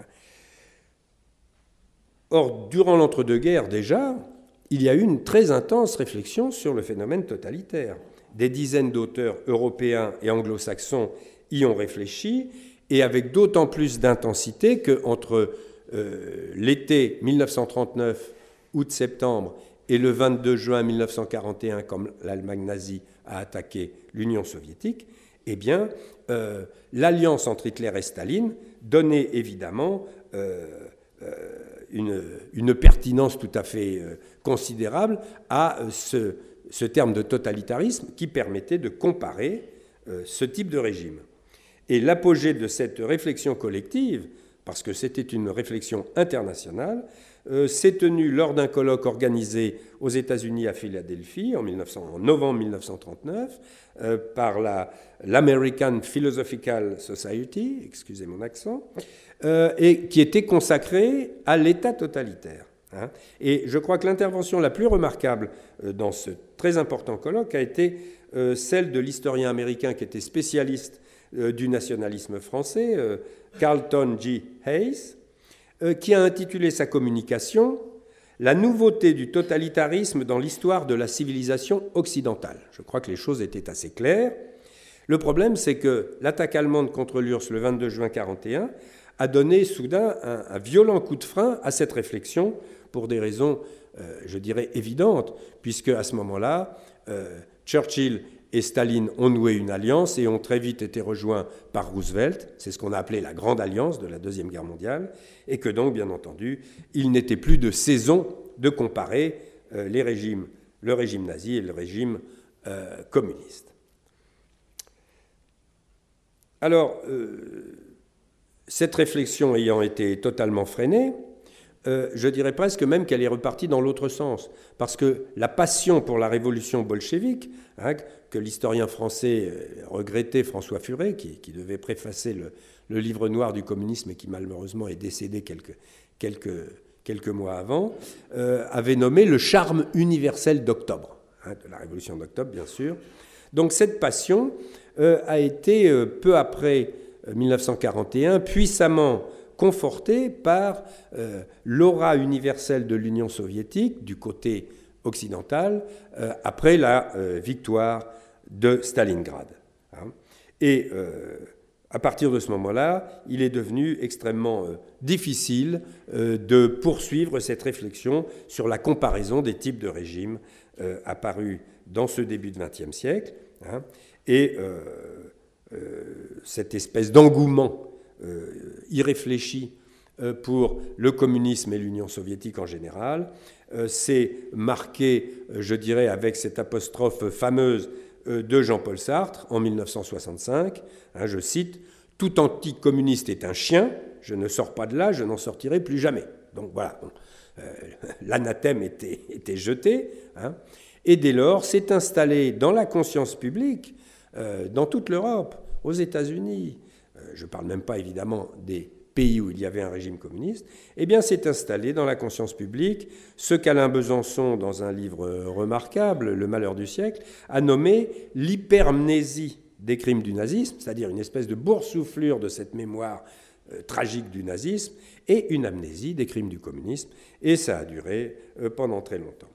Or, durant l'entre-deux-guerres déjà, il y a eu une très intense réflexion sur le phénomène totalitaire. Des dizaines d'auteurs européens et anglo-saxons y ont réfléchi, et avec d'autant plus d'intensité qu'entre euh, l'été mille neuf cent trente-neuf, août-septembre, et le vingt-deux juin mille neuf cent quarante et un, comme l'Allemagne nazie a attaqué l'Union soviétique, eh bien, euh, l'alliance entre Hitler et Staline donnait évidemment euh, une, une pertinence tout à fait euh, considérable à euh, ce, ce terme de totalitarisme qui permettait de comparer euh, ce type de régime. Et l'apogée de cette réflexion collective, parce que c'était une réflexion internationale, euh, s'est tenue lors d'un colloque organisé aux États-Unis à Philadelphie en, mille neuf cents, en novembre mille neuf cent trente-neuf euh, par la, l'American Philosophical Society, excusez mon accent, euh, et qui était consacré à l'État totalitaire. Hein. Et je crois que l'intervention la plus remarquable euh, dans ce très important colloque a été euh, celle de l'historien américain qui était spécialiste euh, du nationalisme français, euh, Carlton G. Hayes, euh, qui a intitulé sa communication « La nouveauté du totalitarisme dans l'histoire de la civilisation occidentale ». Je crois que les choses étaient assez claires. Le problème, c'est que l'attaque allemande contre l'U R S S le vingt-deux juin mille neuf cent quarante et un a donné soudain un, un violent coup de frein à cette réflexion pour des raisons, euh, je dirais, évidentes, puisque à ce moment-là, euh, Churchill et Staline ont noué une alliance et ont très vite été rejoints par Roosevelt, c'est ce qu'on a appelé la Grande Alliance de la Deuxième Guerre mondiale, et que donc, bien entendu, il n'était plus de saison de comparer euh, les régimes, le régime nazi et le régime euh, communiste. Alors, euh, cette réflexion ayant été totalement freinée, euh, je dirais presque même qu'elle est repartie dans l'autre sens, parce que la passion pour la révolution bolchevique, hein, que l'historien français euh, regrettait, François Furet, qui, qui devait préfacer le, le livre noir du communisme et qui malheureusement est décédé quelques, quelques, quelques mois avant, euh, avait nommé le charme universel d'octobre, hein, de la révolution d'octobre bien sûr. Donc cette passion euh, a été euh, peu après euh, mille neuf cent quarante et un puissamment confortée par euh, l'aura universelle de l'Union soviétique du côté occidental euh, après la euh, victoire de Stalingrad. Hein. Et euh, à partir de ce moment-là, il est devenu extrêmement euh, difficile euh, de poursuivre cette réflexion sur la comparaison des types de régimes euh, apparus dans ce début du vingtième siècle. Hein. Et euh, euh, cette espèce d'engouement Euh, irréfléchi euh, pour le communisme et l'Union soviétique en général. Euh, c'est marqué, euh, je dirais, avec cette apostrophe fameuse euh, de Jean-Paul Sartre en mille neuf cent soixante-cinq. Hein, je cite « Tout anticommuniste est un chien, je ne sors pas de là, je n'en sortirai plus jamais ». Donc voilà, bon, euh, l'anathème était, était jeté. Hein, et dès lors, s'est installé dans la conscience publique, euh, dans toute l'Europe, aux États-Unis, je ne parle même pas évidemment des pays où il y avait un régime communiste, eh bien s'est installé dans la conscience publique ce qu'Alain Besançon, dans un livre remarquable, Le malheur du siècle, a nommé l'hypermnésie des crimes du nazisme, c'est-à-dire une espèce de boursouflure de cette mémoire euh, tragique du nazisme, et une amnésie des crimes du communisme, et ça a duré euh, pendant très longtemps.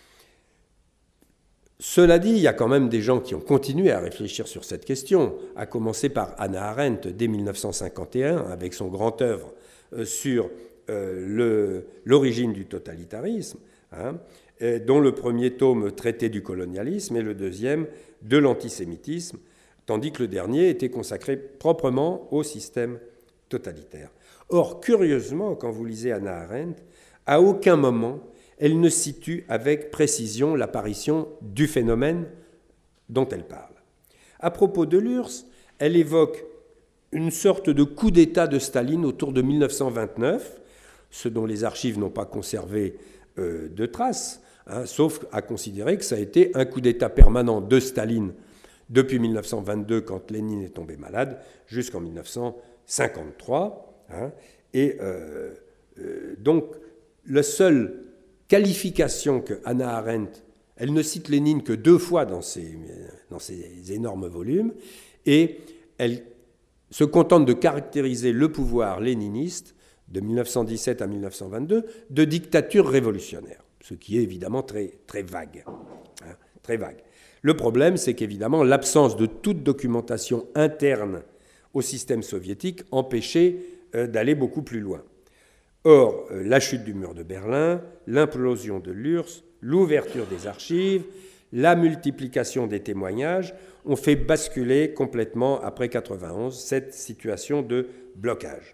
Cela dit, il y a quand même des gens qui ont continué à réfléchir sur cette question, à commencer par Hannah Arendt dès mille neuf cent cinquante et un, avec son grand œuvre euh, sur euh, le, l'origine du totalitarisme, hein, et dont le premier tome traitait du colonialisme et le deuxième de l'antisémitisme, tandis que le dernier était consacré proprement au système totalitaire. Or, curieusement, quand vous lisez Hannah Arendt, à aucun moment elle ne situe avec précision l'apparition du phénomène dont elle parle. À propos de l'U R S S, elle évoque une sorte de coup d'État de Staline autour de mille neuf cent vingt-neuf, ce dont les archives n'ont pas conservé euh, de traces, hein, sauf à considérer que ça a été un coup d'État permanent de Staline depuis mille neuf cent vingt-deux, quand Lénine est tombé malade, jusqu'en mille neuf cent cinquante-trois. Hein, et euh, euh, donc, le seul qualification que Hannah Arendt, elle ne cite Lénine que deux fois dans ses, dans ses énormes volumes, et elle se contente de caractériser le pouvoir léniniste de mille neuf cent dix-sept à mille neuf cent vingt-deux de dictature révolutionnaire, ce qui est évidemment très, très vague. Hein, très vague. Le problème, c'est qu'évidemment, l'absence de toute documentation interne au système soviétique empêchait euh, d'aller beaucoup plus loin. Or, la chute du mur de Berlin, l'implosion de l'U R S S, l'ouverture des archives, la multiplication des témoignages ont fait basculer complètement, après mille neuf cent quatre-vingt-onze, cette situation de blocage.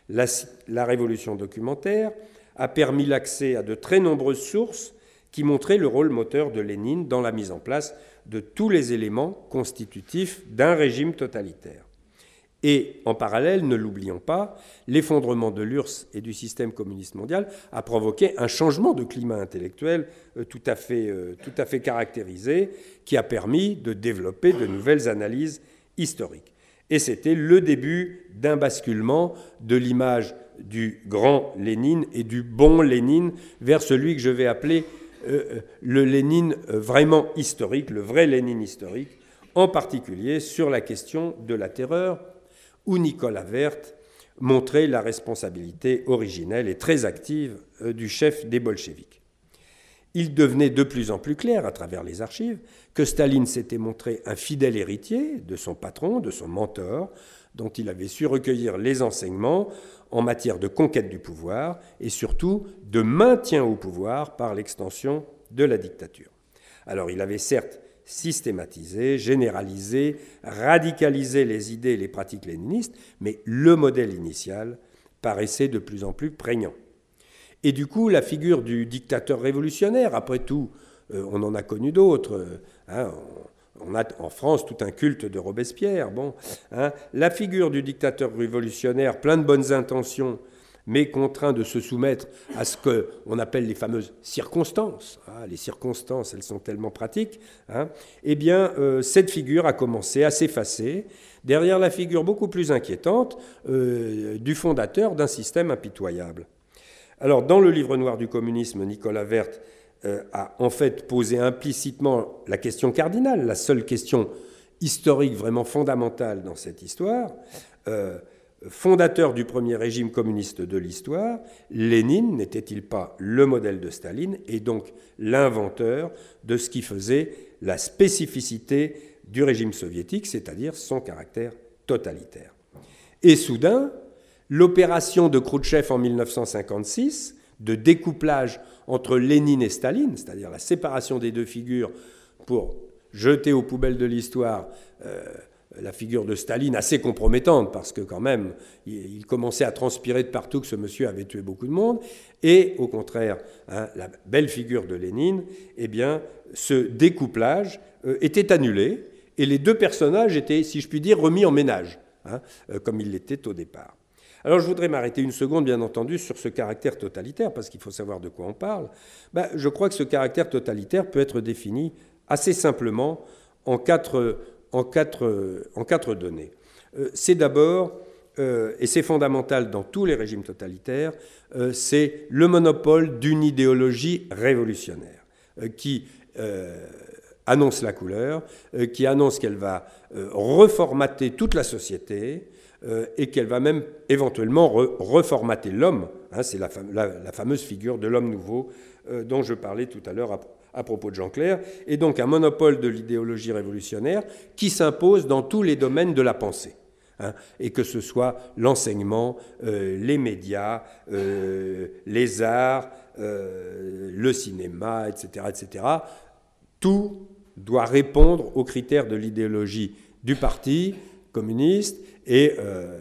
La, la révolution documentaire a permis l'accès à de très nombreuses sources qui montraient le rôle moteur de Lénine dans la mise en place de tous les éléments constitutifs d'un régime totalitaire. Et en parallèle, ne l'oublions pas, l'effondrement de l'U R S S et du système communiste mondial a provoqué un changement de climat intellectuel tout à fait, tout à fait caractérisé, qui a permis de développer de nouvelles analyses historiques. Et c'était le début d'un basculement de l'image du grand Lénine et du bon Lénine vers celui que je vais appeler euh, le Lénine vraiment historique, le vrai Lénine historique, en particulier sur la question de la terreur, où Nicolas Werth montrait la responsabilité originelle et très active du chef des bolcheviks. Il devenait de plus en plus clair, à travers les archives, que Staline s'était montré un fidèle héritier de son patron, de son mentor, dont il avait su recueillir les enseignements en matière de conquête du pouvoir et surtout de maintien au pouvoir par l'extension de la dictature. Alors il avait certes systématiser, généraliser, radicaliser les idées et les pratiques léninistes, mais le modèle initial paraissait de plus en plus prégnant. Et du coup, la figure du dictateur révolutionnaire, après tout, euh, on en a connu d'autres. Euh, hein, on a en France tout un culte de Robespierre. Bon, hein, la figure du dictateur révolutionnaire, plein de bonnes intentions, mais contraint de se soumettre à ce qu'on appelle les fameuses circonstances. Ah, les circonstances, elles sont tellement pratiques. Hein, eh bien, euh, cette figure a commencé à s'effacer derrière la figure beaucoup plus inquiétante euh, du fondateur d'un système impitoyable. Alors, dans le livre noir du communisme, Nicolas Werth euh, a en fait posé implicitement la question cardinale, la seule question historique vraiment fondamentale dans cette histoire. Euh, Fondateur du premier régime communiste de l'histoire, Lénine n'était-il pas le modèle de Staline et donc l'inventeur de ce qui faisait la spécificité du régime soviétique, c'est-à-dire son caractère totalitaire. Et soudain, l'opération de Khrouchtchev en mille neuf cent cinquante-six, de découplage entre Lénine et Staline, c'est-à-dire la séparation des deux figures pour jeter aux poubelles de l'histoire euh, la figure de Staline assez compromettante, parce que quand même, il commençait à transpirer de partout que ce monsieur avait tué beaucoup de monde, et au contraire, hein, la belle figure de Lénine, eh bien, ce découplage euh, était annulé, et les deux personnages étaient, si je puis dire, remis en ménage, hein, euh, comme ils l'étaient au départ. Alors je voudrais m'arrêter une seconde, bien entendu, sur ce caractère totalitaire, parce qu'il faut savoir de quoi on parle. Ben, je crois que ce caractère totalitaire peut être défini assez simplement en quatre... En quatre, en quatre données. Euh, c'est d'abord, euh, et c'est fondamental dans tous les régimes totalitaires, euh, c'est le monopole d'une idéologie révolutionnaire euh, qui euh, annonce la couleur, euh, qui annonce qu'elle va euh, reformater toute la société euh, et qu'elle va même éventuellement re- reformater l'homme. Hein, c'est la, fam- la, la fameuse figure de l'homme nouveau euh, dont je parlais tout à l'heure à à propos de Jean Clair, et donc un monopole de l'idéologie révolutionnaire qui s'impose dans tous les domaines de la pensée. Hein, et que ce soit l'enseignement, euh, les médias, euh, les arts, euh, le cinéma, et cetera, et cetera. Tout doit répondre aux critères de l'idéologie du parti communiste, et euh,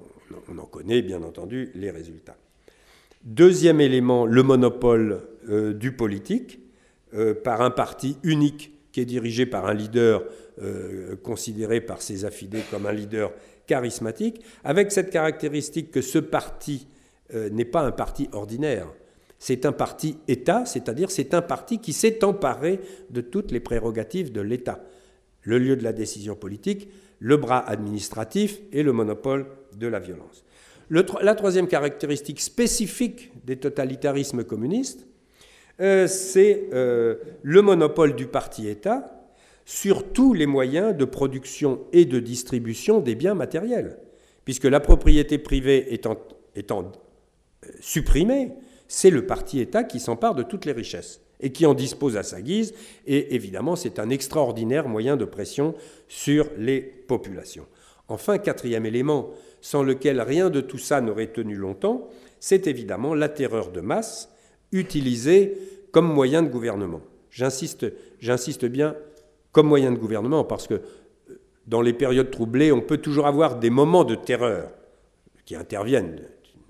on en connaît bien entendu les résultats. Deuxième élément, le monopole euh, du politique, Euh, par un parti unique qui est dirigé par un leader euh, considéré par ses affidés comme un leader charismatique, avec cette caractéristique que ce parti euh, n'est pas un parti ordinaire. C'est un parti État, c'est-à-dire c'est un parti qui s'est emparé de toutes les prérogatives de l'État. Le lieu de la décision politique, le bras administratif et le monopole de la violence. Le, la troisième caractéristique spécifique des totalitarismes communistes, Euh, c'est euh, le monopole du parti-État sur tous les moyens de production et de distribution des biens matériels. Puisque la propriété privée étant, étant euh, supprimée, c'est le parti-État qui s'empare de toutes les richesses et qui en dispose à sa guise. Et évidemment, c'est un extraordinaire moyen de pression sur les populations. Enfin, quatrième élément, sans lequel rien de tout ça n'aurait tenu longtemps, c'est évidemment la terreur de masse, utilisé comme moyen de gouvernement. J'insiste, j'insiste bien comme moyen de gouvernement, parce que dans les périodes troublées, on peut toujours avoir des moments de terreur qui interviennent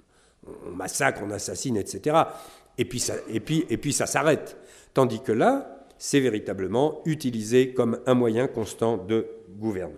on massacre, on assassine, et cetera. Et puis ça, et puis, et puis ça s'arrête. Tandis que là, c'est véritablement utilisé comme un moyen constant de gouvernement.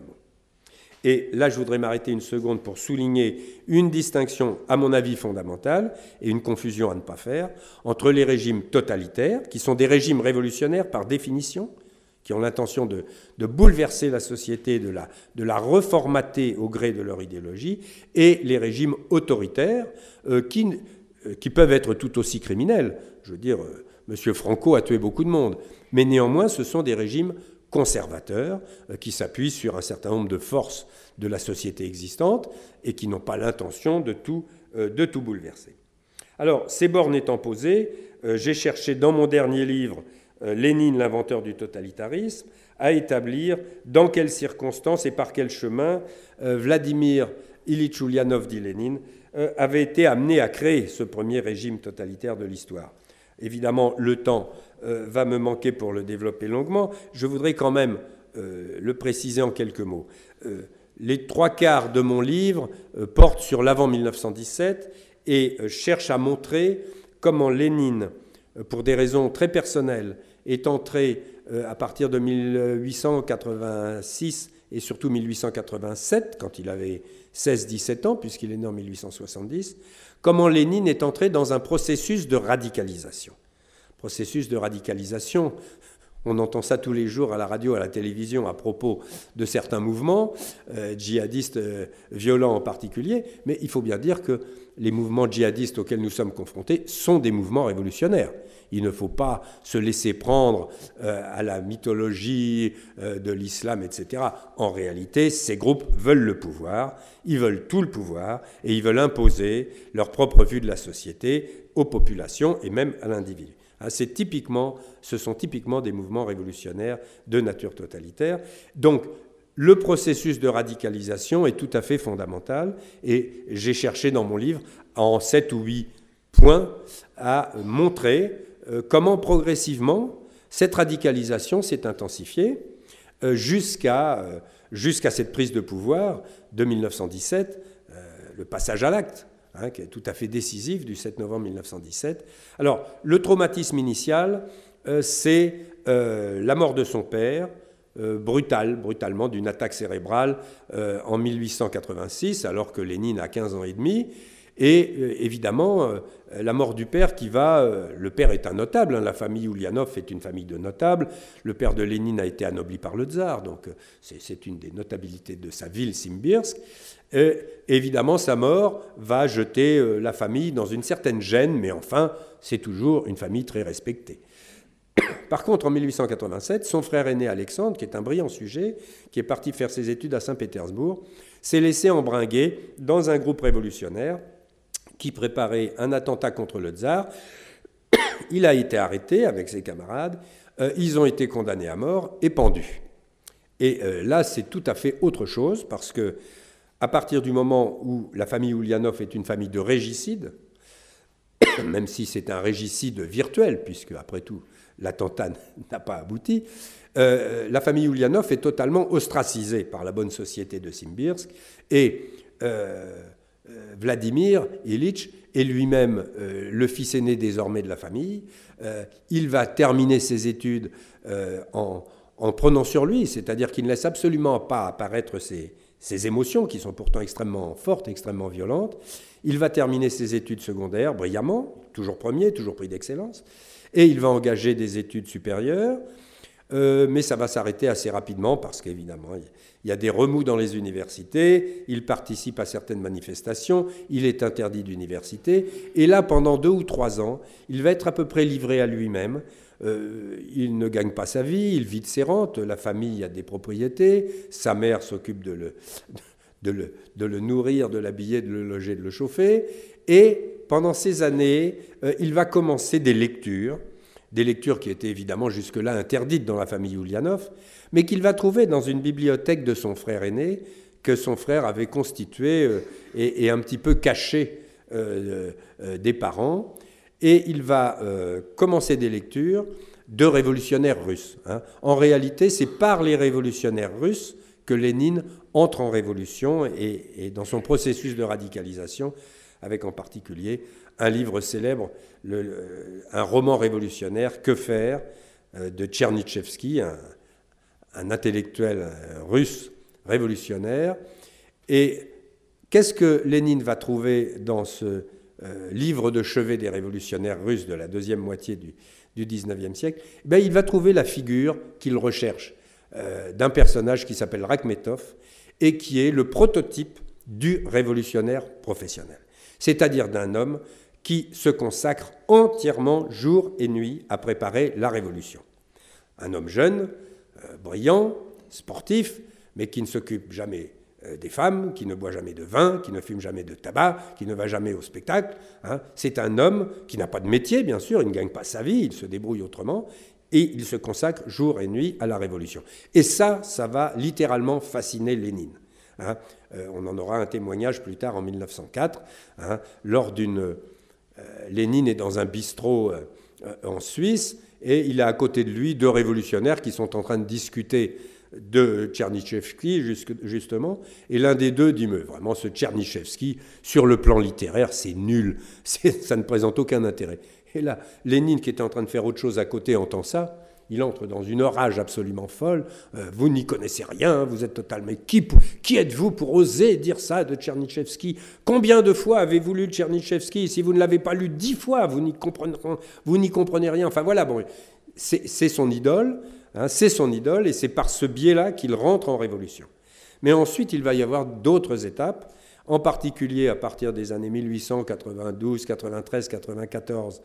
Et là, je voudrais m'arrêter une seconde pour souligner une distinction, à mon avis, fondamentale, et une confusion à ne pas faire, entre les régimes totalitaires, qui sont des régimes révolutionnaires par définition, qui ont l'intention de, de bouleverser la société, de la, de la reformater au gré de leur idéologie, et les régimes autoritaires, euh, qui, euh, qui peuvent être tout aussi criminels. Je veux dire, euh, M. Franco a tué beaucoup de monde, mais néanmoins, ce sont des régimes conservateurs euh, qui s'appuient sur un certain nombre de forces de la société existante et qui n'ont pas l'intention de tout, euh, de tout bouleverser. Alors, ces bornes étant posées, euh, j'ai cherché dans mon dernier livre, euh, Lénine, l'inventeur du totalitarisme, à établir dans quelles circonstances et par quel chemin euh, Vladimir Ilitch Ulyanov, dit Lénine, euh, avait été amené à créer ce premier régime totalitaire de l'histoire. Évidemment, le temps euh, va me manquer pour le développer longuement. Je voudrais quand même euh, le préciser en quelques mots. Euh, les trois quarts de mon livre euh, portent sur l'avant mille neuf cent dix-sept et euh, cherchent à montrer comment Lénine, euh, pour des raisons très personnelles, est entré euh, à partir de mille huit cent quatre-vingt-six et surtout mille huit cent quatre-vingt-sept, quand il avait seize dix-sept ans, puisqu'il est né en mille huit cent soixante-dix, comment Lénine est entré dans un processus de radicalisation. Processus de radicalisation, on entend ça tous les jours à la radio, à la télévision, à propos de certains mouvements, euh, djihadistes euh, violents en particulier, mais il faut bien dire que les mouvements djihadistes auxquels nous sommes confrontés sont des mouvements révolutionnaires. Il ne faut pas se laisser prendre euh, à la mythologie euh, de l'islam, et cetera. En réalité, ces groupes veulent le pouvoir, ils veulent tout le pouvoir, et ils veulent imposer leur propre vue de la société aux populations et même à l'individu. C'est typiquement, ce sont typiquement des mouvements révolutionnaires de nature totalitaire. Donc, le processus de radicalisation est tout à fait fondamental, et j'ai cherché dans mon livre, en sept ou huit points, à montrer euh, comment progressivement cette radicalisation s'est intensifiée euh, jusqu'à euh, jusqu'à cette prise de pouvoir de mille neuf cent dix-sept, euh, le passage à l'acte, hein, qui est tout à fait décisif du sept novembre mille neuf cent dix-sept. Alors, le traumatisme initial, euh, c'est euh, la mort de son père, Euh, brutal, brutalement, d'une attaque cérébrale euh, en mille huit cent quatre-vingt-six, alors que Lénine a quinze ans et demi. Et euh, évidemment, euh, la mort du père qui va... Euh, le père est un notable, hein, la famille Ulyanov est une famille de notables. Le père de Lénine a été anobli par le tsar, donc euh, c'est, c'est une des notabilités de sa ville, Simbirsk. Et évidemment, sa mort va jeter euh, la famille dans une certaine gêne, mais enfin, c'est toujours une famille très respectée. Par contre, en mille huit cent quatre-vingt-sept, son frère aîné Alexandre, qui est un brillant sujet, qui est parti faire ses études à Saint-Pétersbourg, s'est laissé embringuer dans un groupe révolutionnaire qui préparait un attentat contre le tsar. Il a été arrêté avec ses camarades, euh, ils ont été condamnés à mort et pendus. Et euh, là, c'est tout à fait autre chose, parce que à partir du moment où la famille Ulyanov est une famille de régicides, même si c'est un régicide virtuel, puisque après tout, l'attentat n'a pas abouti, euh, la famille Ulyanov est totalement ostracisée par la bonne société de Simbirsk, et euh, euh, Vladimir Ilitch est lui-même euh, le fils aîné désormais de la famille. Euh, il va terminer ses études euh, en, en prenant sur lui, c'est-à-dire qu'il ne laisse absolument pas apparaître ses, ses émotions, qui sont pourtant extrêmement fortes, extrêmement violentes. Il va terminer ses études secondaires brillamment, toujours premier, toujours prix d'excellence, et il va engager des études supérieures, euh, mais ça va s'arrêter assez rapidement parce qu'évidemment, il y a des remous dans les universités, il participe à certaines manifestations, il est interdit d'université, et là, pendant deux ou trois ans, il va être à peu près livré à lui-même. Euh, il ne gagne pas sa vie, il vit de ses rentes, la famille a des propriétés, sa mère s'occupe de le... De le, de le nourrir, de l'habiller, de le loger, de le chauffer. Et pendant ces années, euh, il va commencer des lectures, des lectures qui étaient évidemment jusque-là interdites dans la famille Ulyanov, mais qu'il va trouver dans une bibliothèque de son frère aîné, que son frère avait constituée euh, et, et un petit peu cachée euh, euh, des parents. Et il va euh, commencer des lectures de révolutionnaires russes. Hein. En réalité, c'est par les révolutionnaires russes que Lénine entre en révolution et, et dans son processus de radicalisation avec en particulier un livre célèbre, le, le, un roman révolutionnaire, Que faire, de Tchernychevski, un, un intellectuel russe révolutionnaire. Et qu'est-ce que Lénine va trouver dans ce euh, livre de chevet des révolutionnaires russes de la deuxième moitié du, du dix-neuvième siècle? Ben, il va trouver la figure qu'il recherche euh, d'un personnage qui s'appelle Rakhmetov et qui est le prototype du révolutionnaire professionnel, c'est-à-dire d'un homme qui se consacre entièrement jour et nuit à préparer la révolution. Un homme jeune, euh, brillant, sportif, mais qui ne s'occupe jamais euh, des femmes, qui ne boit jamais de vin, qui ne fume jamais de tabac, qui ne va jamais au spectacle. Hein. C'est un homme qui n'a pas de métier, bien sûr, il ne gagne pas sa vie, il se débrouille autrement, et il se consacre jour et nuit à la révolution. Et ça, ça va littéralement fasciner Lénine. Hein. Euh, on en aura un témoignage plus tard en mille neuf cent quatre, hein, lors d'une... Euh, Lénine est dans un bistrot euh, euh, en Suisse et il a à côté de lui deux révolutionnaires qui sont en train de discuter de Tchernychevski, justement, et l'un des deux dit, mais vraiment, ce Tchernychevski, sur le plan littéraire, c'est nul, c'est, ça ne présente aucun intérêt. Et là, Lénine, qui était en train de faire autre chose à côté, entend ça. Il entre dans une rage absolument folle. Euh, vous n'y connaissez rien, vous êtes totalement... Qui, qui êtes-vous pour oser dire ça de Tchernychevski? Combien de fois avez-vous lu Tchernychevski? Si vous ne l'avez pas lu dix fois, vous n'y comprenez, vous n'y comprenez rien. Enfin voilà, bon, c'est, c'est son idole, hein, c'est son idole, et c'est par ce biais-là qu'il rentre en révolution. Mais ensuite, il va y avoir d'autres étapes, en particulier à partir des années mille huit cent quatre-vingt-douze, quatre-vingt-treize, quatre-vingt-quatorze,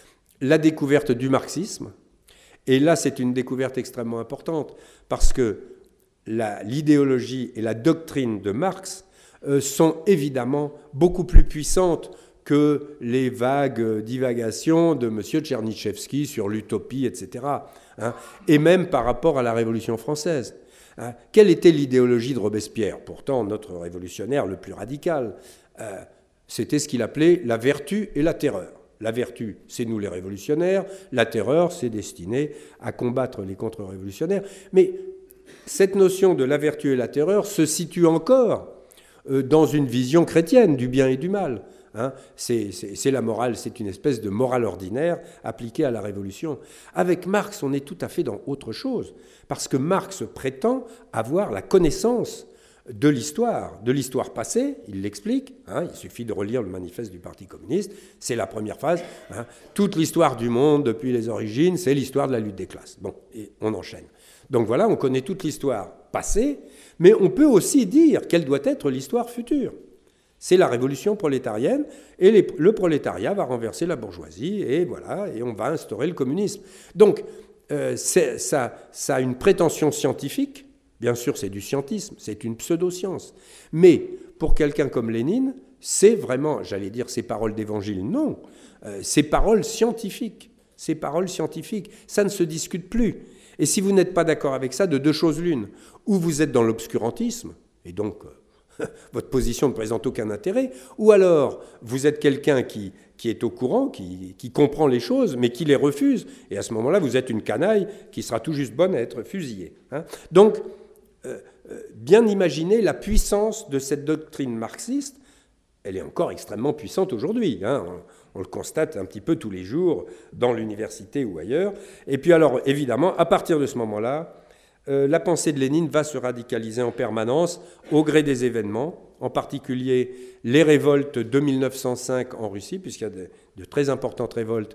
la découverte du marxisme. Et là, c'est une découverte extrêmement importante, parce que la, l'idéologie et la doctrine de Marx euh, sont évidemment beaucoup plus puissantes que les vagues divagations de M. Tchernychevski sur l'utopie, et cetera. Hein, et même par rapport à la Révolution française. Hein, quelle était l'idéologie de Robespierre? Pourtant, notre révolutionnaire le plus radical, euh, c'était ce qu'il appelait la vertu et la terreur. La vertu, c'est nous les révolutionnaires. La terreur, c'est destiné à combattre les contre-révolutionnaires. Mais cette notion de la vertu et la terreur se situe encore euh, dans une vision chrétienne du bien et du mal. Hein. C'est, c'est, c'est la morale, c'est une espèce de morale ordinaire appliquée à la révolution. Avec Marx, on est tout à fait dans autre chose. Parce que Marx prétend avoir la connaissance de l'histoire, de l'histoire passée, il l'explique, hein, il suffit de relire le manifeste du Parti communiste, c'est la première phrase, hein, toute l'histoire du monde depuis les origines, c'est l'histoire de la lutte des classes. Bon, et on enchaîne. Donc voilà, on connaît toute l'histoire passée, mais on peut aussi dire quelle doit être l'histoire future. C'est la révolution prolétarienne, et les, le prolétariat va renverser la bourgeoisie, et voilà, et on va instaurer le communisme. Donc, euh, c'est, ça, ça a une prétention scientifique. Bien sûr, c'est du scientisme, c'est une pseudo-science. Mais pour quelqu'un comme Lénine, c'est vraiment, j'allais dire, ces paroles d'évangile. Non, euh, ces paroles scientifiques. Ces paroles scientifiques, ça ne se discute plus. Et si vous n'êtes pas d'accord avec ça, de deux choses l'une. Ou vous êtes dans l'obscurantisme, et donc euh, votre position ne présente aucun intérêt, ou alors vous êtes quelqu'un qui, qui est au courant, qui, qui comprend les choses, mais qui les refuse. Et à ce moment-là, vous êtes une canaille qui sera tout juste bonne à être fusillée. Hein. Donc, Euh, euh, bien imaginer la puissance de cette doctrine marxiste. Elle est encore extrêmement puissante aujourd'hui. Hein. On, on le constate un petit peu tous les jours dans l'université ou ailleurs. Et puis alors, évidemment, à partir de ce moment-là, euh, la pensée de Lénine va se radicaliser en permanence au gré des événements, en particulier les révoltes de mille neuf cent cinq en Russie, puisqu'il y a de, de très importantes révoltes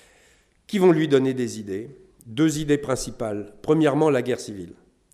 qui vont lui donner des idées. Deux idées principales. Premièrement, la guerre civile.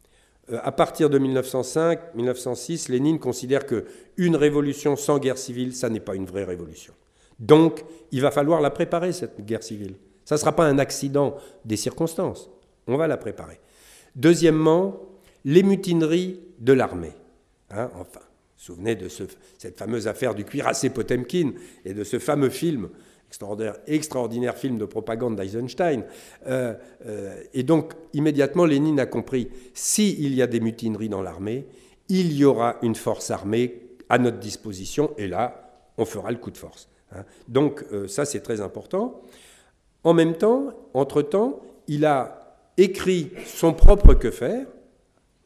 À partir de mille neuf cent cinq mille neuf cent six, Lénine considère qu'une révolution sans guerre civile, ça n'est pas une vraie révolution. Donc, il va falloir la préparer, cette guerre civile. Ça ne sera pas un accident des circonstances. On va la préparer. Deuxièmement, les mutineries de l'armée. Hein, enfin, vous vous souvenez de ce, cette fameuse affaire du cuirassé Potemkin et de ce fameux film, extraordinaire, extraordinaire film de propagande d'Eisenstein. Euh, euh, et donc, immédiatement, Lénine a compris, s'il y a des mutineries dans l'armée, il y aura une force armée à notre disposition, et là, on fera le coup de force. Hein. Donc, euh, ça, c'est très important. En même temps, entre-temps, il a écrit son propre Que faire,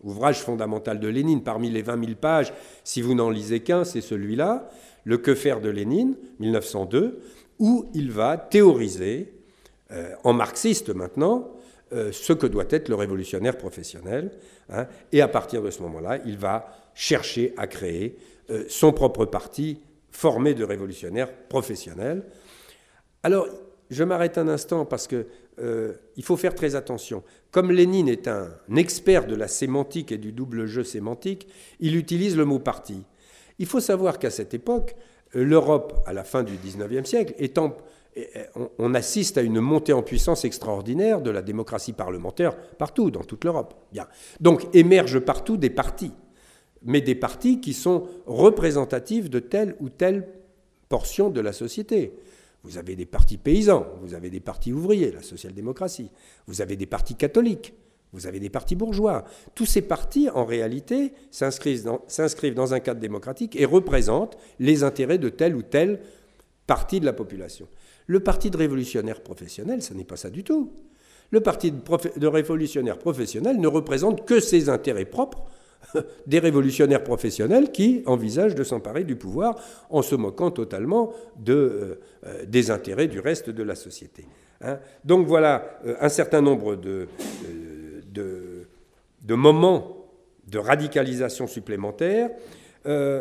ouvrage fondamental de Lénine. Parmi les vingt mille pages, si vous n'en lisez qu'un, c'est celui-là, Le Que faire de Lénine, mille neuf cent deux, où il va théoriser, euh, en marxiste maintenant, euh, ce que doit être le révolutionnaire professionnel. Hein, et à partir de ce moment-là, il va chercher à créer euh, son propre parti formé de révolutionnaires professionnels. Alors, je m'arrête un instant parce que euh, il faut faire très attention. Comme Lénine est un expert de la sémantique et du double jeu sémantique, il utilise le mot parti. Il faut savoir qu'à cette époque, l'Europe, à la fin du dix-neuvième siècle, étant, on assiste à une montée en puissance extraordinaire de la démocratie parlementaire partout, dans toute l'Europe. Bien. Donc émergent partout des partis, mais des partis qui sont représentatifs de telle ou telle portion de la société. Vous avez des partis paysans, vous avez des partis ouvriers, la social-démocratie, vous avez des partis catholiques, vous avez des partis bourgeois. Tous ces partis, en réalité, s'inscrivent dans, s'inscrivent dans un cadre démocratique et représentent les intérêts de telle ou telle partie de la population. Le parti de révolutionnaires professionnels, ce n'est pas ça du tout. Le parti de, prof... de révolutionnaires professionnels ne représente que ses intérêts propres, des révolutionnaires professionnels qui envisagent de s'emparer du pouvoir en se moquant totalement de, euh, des intérêts du reste de la société. Hein. Donc voilà euh, un certain nombre de, euh, de, de moments de radicalisation supplémentaires. Euh,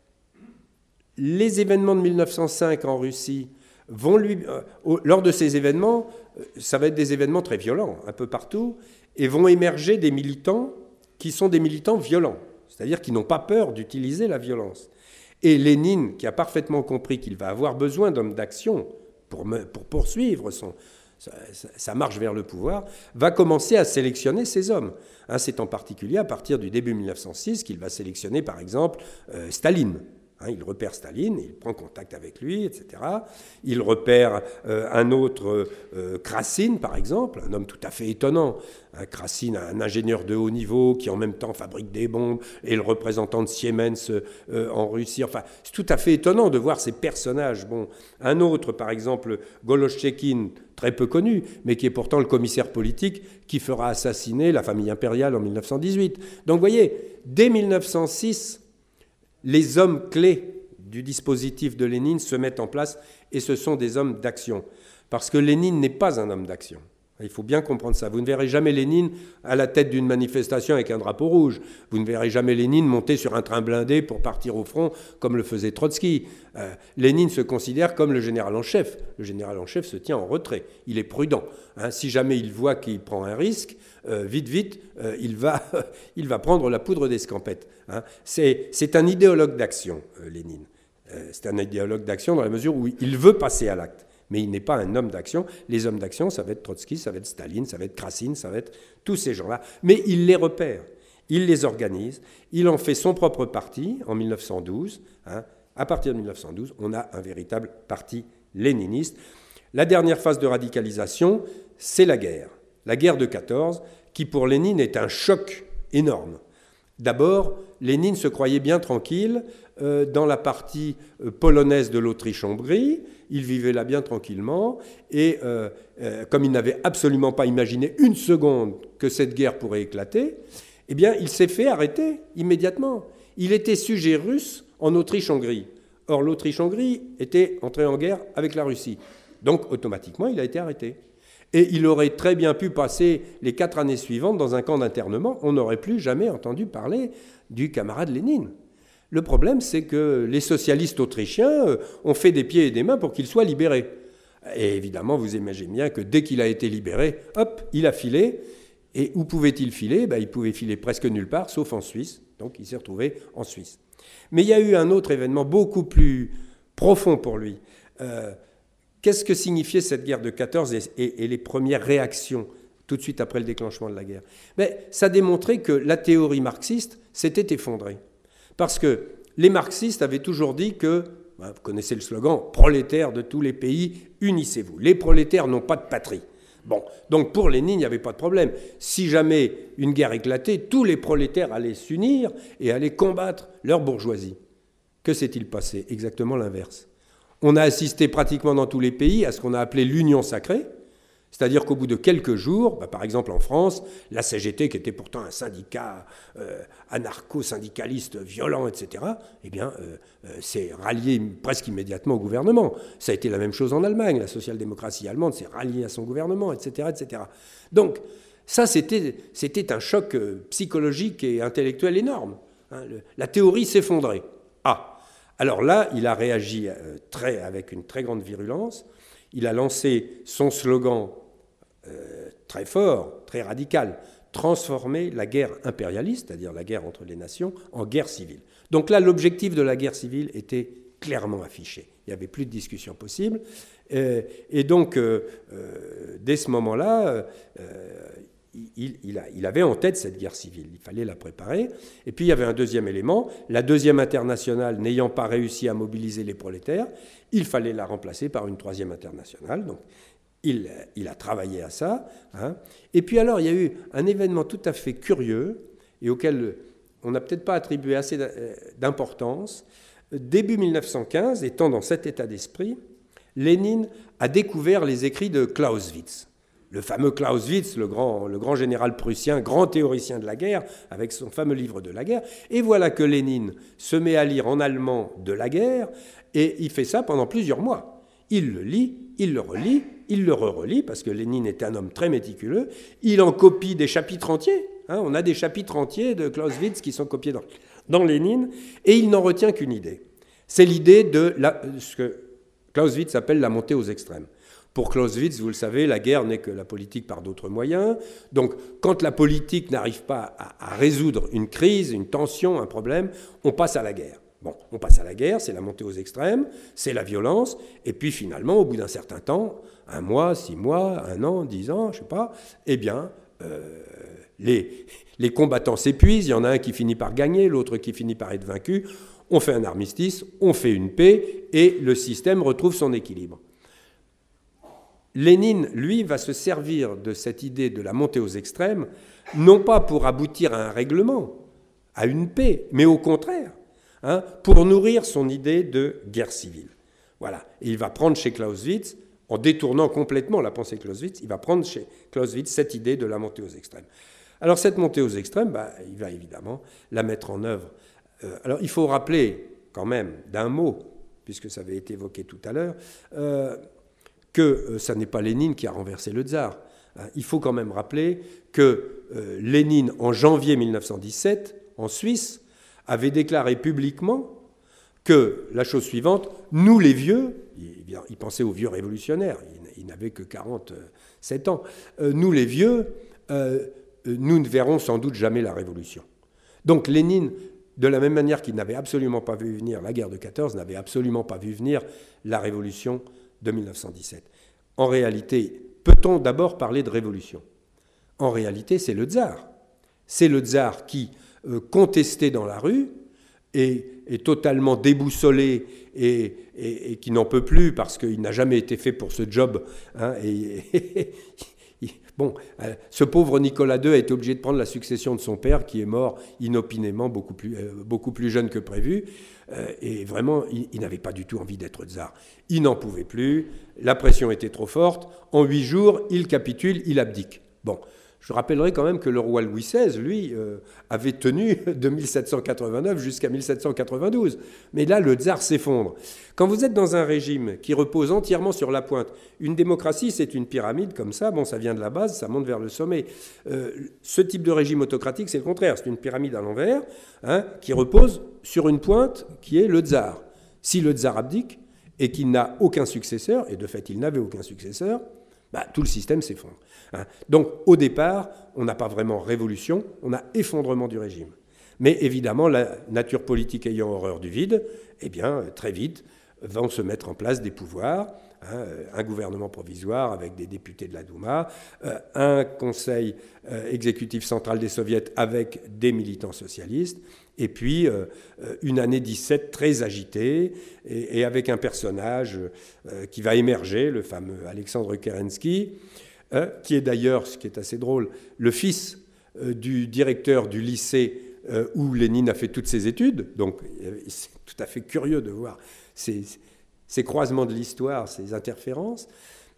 les événements de mille neuf cent cinq en Russie vont lui... Euh, lors de ces événements, euh, ça va être des événements très violents, un peu partout, et vont émerger des militants qui sont des militants violents, c'est-à-dire qui n'ont pas peur d'utiliser la violence. Et Lénine, qui a parfaitement compris qu'il va avoir besoin d'hommes d'action pour, me, pour poursuivre son, sa, sa marche vers le pouvoir, va commencer à sélectionner ces hommes. Hein, c'est en particulier à partir du début mille neuf cent six qu'il va sélectionner, par exemple, euh, Staline. Hein, il repère Staline, il prend contact avec lui, et cetera. Il repère euh, un autre, euh, Krassine, par exemple, un homme tout à fait étonnant. Hein, Krassine, un ingénieur de haut niveau qui en même temps fabrique des bombes, et le représentant de Siemens euh, en Russie. Enfin, c'est tout à fait étonnant de voir ces personnages. Bon, un autre, par exemple, Goloschekin, très peu connu, mais qui est pourtant le commissaire politique qui fera assassiner la famille impériale en mille neuf cent dix-huit. Donc, vous voyez, dès mille neuf cent six... les hommes clés du dispositif de Lénine se mettent en place et ce sont des hommes d'action. Parce que Lénine n'est pas un homme d'action. Il faut bien comprendre ça. Vous ne verrez jamais Lénine à la tête d'une manifestation avec un drapeau rouge. Vous ne verrez jamais Lénine monter sur un train blindé pour partir au front comme le faisait Trotsky. Euh, Lénine se considère comme le général en chef. Le général en chef se tient en retrait. Il est prudent. Hein, si jamais il voit qu'il prend un risque, euh, vite, vite, euh, il, va, il va prendre la poudre d'escampette. Hein. C'est, c'est un idéologue d'action, euh, Lénine. Euh, c'est un idéologue d'action dans la mesure où il veut passer à l'acte. Mais il n'est pas un homme d'action. Les hommes d'action, ça va être Trotsky, ça va être Staline, ça va être Krassine, ça va être tous ces gens-là. Mais il les repère, il les organise, il en fait son propre parti en mille neuf cent douze. Hein. À partir de mille neuf cent douze, on a un véritable parti léniniste. La dernière phase de radicalisation, c'est la guerre. La guerre de quatorze, qui pour Lénine est un choc énorme. D'abord, Lénine se croyait bien tranquille euh, dans la partie euh, polonaise de l'Autriche-Hongrie. Il vivait là bien tranquillement. Et euh, euh, comme il n'avait absolument pas imaginé une seconde que cette guerre pourrait éclater, eh bien, il s'est fait arrêter immédiatement. Il était sujet russe en Autriche-Hongrie. Or, l'Autriche-Hongrie était entrée en guerre avec la Russie. Donc, automatiquement, il a été arrêté. Et il aurait très bien pu passer les quatre années suivantes dans un camp d'internement. On n'aurait plus jamais entendu parler du camarade Lénine. Le problème, c'est que les socialistes autrichiens ont fait des pieds et des mains pour qu'il soit libéré. Et évidemment, vous imaginez bien que dès qu'il a été libéré, hop, il a filé. Et où pouvait-il filer ? Ben, il pouvait filer presque nulle part, sauf en Suisse. Donc il s'est retrouvé en Suisse. Mais il y a eu un autre événement beaucoup plus profond pour lui. Euh, Qu'est-ce que signifiait cette guerre de quatorze et, et, et les premières réactions tout de suite après le déclenchement de la guerre ? Mais ça démontrait que la théorie marxiste s'était effondrée. Parce que les marxistes avaient toujours dit que, ben, vous connaissez le slogan, prolétaires de tous les pays, unissez-vous. Les prolétaires n'ont pas de patrie. Bon, donc pour Lénine, il n'y avait pas de problème. Si jamais une guerre éclatait, tous les prolétaires allaient s'unir et allaient combattre leur bourgeoisie. Que s'est-il passé ? Exactement l'inverse. On a assisté pratiquement dans tous les pays à ce qu'on a appelé l'union sacrée, C'est-à-dire qu'au bout de quelques jours, bah, par exemple en France, la C G T, qui était pourtant un syndicat euh, anarcho-syndicaliste violent, et cetera, eh bien, euh, euh, s'est rallié presque immédiatement au gouvernement. Ça a été la même chose en Allemagne. La social-démocratie allemande s'est ralliée à son gouvernement, et cetera, et cetera. Donc, ça, c'était, c'était un choc euh, psychologique et intellectuel énorme. Hein, le, la théorie s'effondrait. Ah, alors là, il a réagi euh, très, avec une très grande virulence. Il a lancé son slogan euh, très fort, très radical, transformer la guerre impérialiste, c'est-à-dire la guerre entre les nations, en guerre civile. Donc là, l'objectif de la guerre civile était clairement affiché. Il n'y avait plus de discussion possible. Euh, et donc, euh, euh, dès ce moment-là, euh, il, il, a, il avait en tête cette guerre civile. Il fallait la préparer. Et puis, il y avait un deuxième élément. La deuxième internationale n'ayant pas réussi à mobiliser les prolétaires, il fallait la remplacer par une troisième internationale. Donc, il, il a travaillé à ça. Hein. Et puis alors, il y a eu un événement tout à fait curieux et auquel on n'a peut-être pas attribué assez d'importance. Début mille neuf cent quinze, étant dans cet état d'esprit, Lénine a découvert les écrits de Clausewitz. Le fameux Clausewitz, le grand, le grand général prussien, grand théoricien de la guerre, avec son fameux livre de la guerre. Et voilà que Lénine se met à lire en allemand de la guerre, et il fait ça pendant plusieurs mois. Il le lit, il le relit, il le re-relit, parce que Lénine était un homme très méticuleux. Il en copie des chapitres entiers. Hein, on a des chapitres entiers de Clausewitz qui sont copiés dans, dans Lénine, et il n'en retient qu'une idée. C'est l'idée de la, ce que Clausewitz appelle la montée aux extrêmes. Pour Clausewitz, vous le savez, la guerre n'est que la politique par d'autres moyens. Donc, quand la politique n'arrive pas à, à résoudre une crise, une tension, un problème, on passe à la guerre. Bon, on passe à la guerre, c'est la montée aux extrêmes, c'est la violence, et puis finalement, au bout d'un certain temps, un mois, six mois, un an, dix ans, je ne sais pas, eh bien, euh, les, les combattants s'épuisent, il y en a un qui finit par gagner, l'autre qui finit par être vaincu, on fait un armistice, on fait une paix, et le système retrouve son équilibre. Lénine, lui, va se servir de cette idée de la montée aux extrêmes, non pas pour aboutir à un règlement, à une paix, mais au contraire, hein, pour nourrir son idée de guerre civile. Voilà. Et il va prendre chez Clausewitz, en détournant complètement la pensée de Clausewitz, il va prendre chez Clausewitz cette idée de la montée aux extrêmes. Alors cette montée aux extrêmes, bah, il va évidemment la mettre en œuvre. Euh, alors il faut rappeler quand même d'un mot, puisque ça avait été évoqué tout à l'heure, euh, que euh, ça n'est pas Lénine qui a renversé le tsar. Hein. Il faut quand même rappeler que euh, Lénine, en janvier mille neuf cent dix-sept, en Suisse, avait déclaré publiquement que la chose suivante, nous les vieux, il, il pensait aux vieux révolutionnaires, il, il n'avait que quarante-sept ans, euh, nous les vieux, euh, nous ne verrons sans doute jamais la révolution. Donc Lénine, de la même manière qu'il n'avait absolument pas vu venir la guerre de quatorze, n'avait absolument pas vu venir la révolution de mille neuf cent dix-sept. En réalité, peut-on d'abord parler de révolution ? En réalité, c'est le tsar. C'est le tsar qui, euh, contesté dans la rue, est, est totalement déboussolé et, et, et qui n'en peut plus parce qu'il n'a jamais été fait pour ce job. Hein, et, et, bon, euh, ce pauvre Nicolas deux a été obligé de prendre la succession de son père qui est mort inopinément beaucoup plus, euh, beaucoup plus jeune que prévu. Euh, et vraiment, il, il n'avait pas du tout envie d'être tsar. Il n'en pouvait plus, la pression était trop forte. En huit jours, il capitule, il abdique. Bon, je rappellerai quand même que le roi Louis seize, lui, euh, avait tenu de mille sept cent quatre-vingt-neuf jusqu'à mille sept cent quatre-vingt-douze. Mais là, le tsar s'effondre. Quand vous êtes dans un régime qui repose entièrement sur la pointe, une démocratie, c'est une pyramide comme ça, bon, ça vient de la base, ça monte vers le sommet. Euh, ce type de régime autocratique, c'est le contraire, c'est une pyramide à l'envers, hein, qui repose sur une pointe qui est le tsar. Si le tsar abdique et qu'il n'a aucun successeur, et de fait, il n'avait aucun successeur, bah, tout le système s'effondre. Hein. Donc, au départ, on n'a pas vraiment révolution, on a effondrement du régime. Mais évidemment, la nature politique ayant horreur du vide, eh bien, très vite, vont se mettre en place des pouvoirs, hein, un gouvernement provisoire avec des députés de la Douma, euh, un conseil euh, exécutif central des soviets avec des militants socialistes, et puis euh, une année dix-sept très agitée, et, et avec un personnage euh, qui va émerger, le fameux Alexandre Kerensky, euh, qui est d'ailleurs, ce qui est assez drôle, le fils euh, du directeur du lycée euh, où Lénine a fait toutes ses études. Donc c'est tout à fait curieux de voir ces, ces croisements de l'histoire, ces interférences.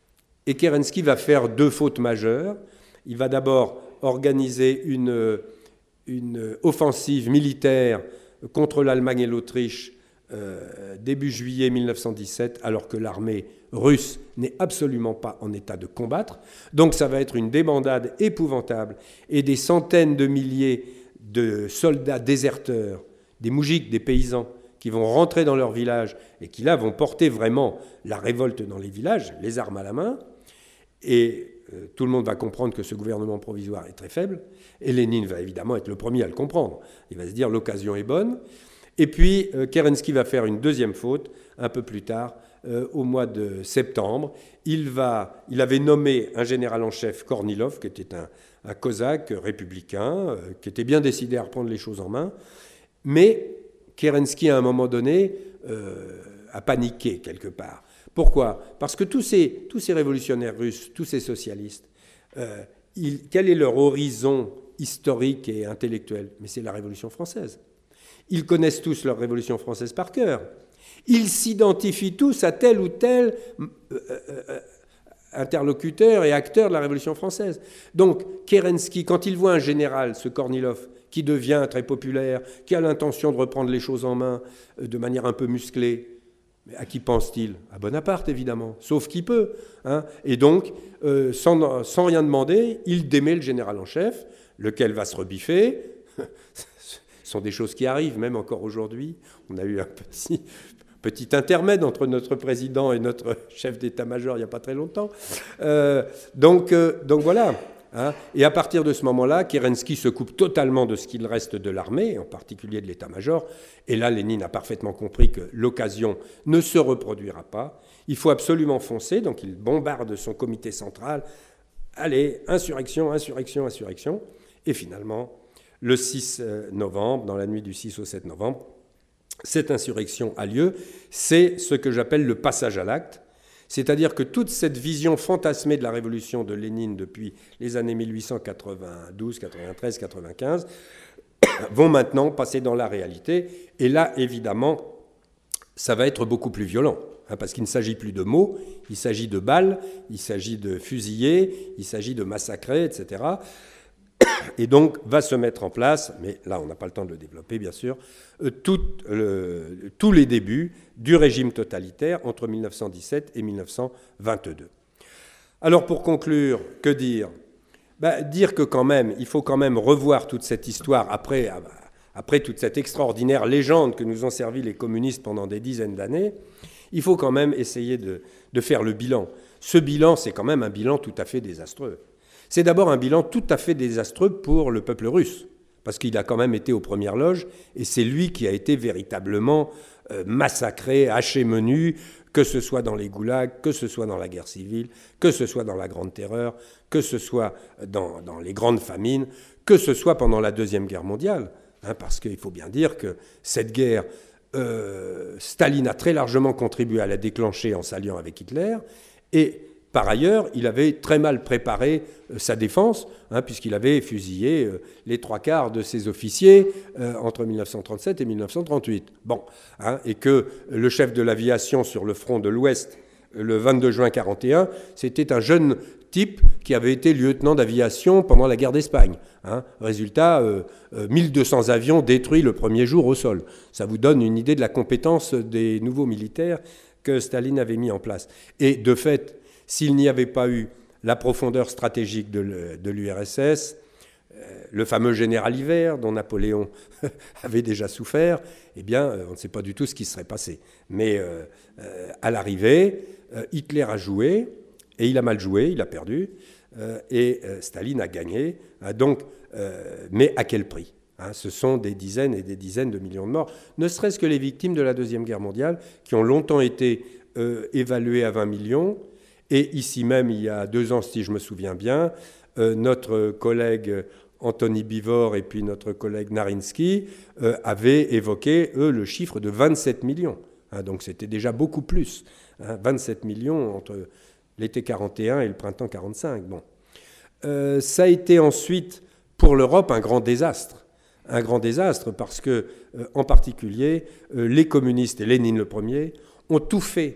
Et Kerensky va faire deux fautes majeures. Il va d'abord organiser une, une offensive militaire contre l'Allemagne et l'Autriche euh, début juillet mille neuf cent dix-sept, alors que l'armée russe n'est absolument pas en état de combattre. Donc ça va être une débandade épouvantable et des centaines de milliers de soldats déserteurs, des moujiks, des paysans, qui vont rentrer dans leur village et qui là vont porter vraiment la révolte dans les villages, les armes à la main. Et euh, tout le monde va comprendre que ce gouvernement provisoire est très faible. Et Lénine va évidemment être le premier à le comprendre. Il va se dire l'occasion est bonne. Et puis euh, Kerensky va faire une deuxième faute un peu plus tard, euh, au mois de septembre. Il, va, il avait nommé un général en chef, Kornilov, qui était un, un cosaque républicain, euh, qui était bien décidé à reprendre les choses en main. Mais Kerensky, à un moment donné, euh, a paniqué quelque part. Pourquoi ? Parce que tous ces, tous ces révolutionnaires russes, tous ces socialistes, euh, ils, quel est leur horizon historique et intellectuel ? Mais c'est la Révolution française. Ils connaissent tous leur Révolution française par cœur. Ils s'identifient tous à tel ou tel euh, euh, interlocuteur et acteur de la Révolution française. Donc, Kerensky, quand il voit un général, ce Kornilov, qui devient très populaire, qui a l'intention de reprendre les choses en main euh, de manière un peu musclée, mais à qui pense-t-il ? À Bonaparte, évidemment, sauf qui peut. Hein. Et donc, euh, sans, sans rien demander, il démet le général en chef, lequel va se rebiffer. Ce sont des choses qui arrivent, même encore aujourd'hui. On a eu un petit, petit intermède entre notre président et notre chef d'état-major il n'y a pas très longtemps. Euh, donc, euh, donc voilà. Hein. Et à partir de ce moment-là, Kerensky se coupe totalement de ce qu'il reste de l'armée, en particulier de l'état-major. Et là, Lénine a parfaitement compris que l'occasion ne se reproduira pas. Il faut absolument foncer, donc il bombarde son comité central. Allez, insurrection, insurrection, insurrection. Et finalement, le six novembre, dans la nuit du six au sept novembre, cette insurrection a lieu. C'est ce que j'appelle le passage à l'acte. C'est-à-dire que toute cette vision fantasmée de la révolution de Lénine depuis les années mille huit cent quatre-vingt-douze, quatre-vingt-treize, quatre-vingt-quinze vont maintenant passer dans la réalité. Et là, évidemment, ça va être beaucoup plus violent, hein, parce qu'il ne s'agit plus de mots, il s'agit de balles, il s'agit de fusiller, il s'agit de massacrer, et cetera. Et donc, va se mettre en place, mais là, on n'a pas le temps de le développer, bien sûr, euh, tout, euh, tous les débuts du régime totalitaire entre mille neuf cent dix-sept et mille neuf cent vingt-deux. Alors, pour conclure, que dire ? Ben, dire que quand même, il faut quand même revoir toute cette histoire après, après toute cette extraordinaire légende que nous ont servi les communistes pendant des dizaines d'années. Il faut quand même essayer de, de faire le bilan. Ce bilan, c'est quand même un bilan tout à fait désastreux. C'est d'abord un bilan tout à fait désastreux pour le peuple russe, parce qu'il a quand même été aux premières loges, et c'est lui qui a été véritablement euh, massacré, haché menu, que ce soit dans les goulags, que ce soit dans la guerre civile, que ce soit dans la Grande Terreur, que ce soit dans, dans les grandes famines, que ce soit pendant la Deuxième Guerre mondiale, hein, parce qu'il faut bien dire que cette guerre, euh, Staline a très largement contribué à la déclencher en s'alliant avec Hitler, et par ailleurs, il avait très mal préparé euh, sa défense, hein, puisqu'il avait fusillé euh, les trois quarts de ses officiers euh, entre mille neuf cent trente-sept et mille neuf cent trente-huit. Bon, hein, et que le chef de l'aviation sur le front de l'Ouest, le vingt-deux juin mille neuf cent quarante et un, c'était un jeune type qui avait été lieutenant d'aviation pendant la guerre d'Espagne. Hein. Résultat, euh, euh, mille deux cents avions détruits le premier jour au sol. Ça vous donne une idée de la compétence des nouveaux militaires que Staline avait mis en place. Et de fait, s'il n'y avait pas eu la profondeur stratégique de l'U R S S, euh, le fameux général hiver dont Napoléon avait déjà souffert, eh bien, euh, on ne sait pas du tout ce qui serait passé. Mais euh, euh, à l'arrivée, euh, Hitler a joué, et il a mal joué, il a perdu, euh, et euh, Staline a gagné. Hein, donc, euh, mais à quel prix ? Hein, ce sont des dizaines et des dizaines de millions de morts, ne serait-ce que les victimes de la Deuxième Guerre mondiale, qui ont longtemps été euh, évaluées à vingt millions. Et ici même, il y a deux ans, si je me souviens bien, euh, notre collègue Anthony Bivor et puis notre collègue Narinsky euh, avaient évoqué, eux, le chiffre de vingt-sept millions. Hein, donc c'était déjà beaucoup plus. Hein, vingt-sept millions entre l'été quarante et un et le printemps quarante-cinq. Bon. Euh, ça a été ensuite, pour l'Europe, un grand désastre. Un grand désastre parce que, euh, en particulier, euh, les communistes, et Lénine le premier, ont tout fait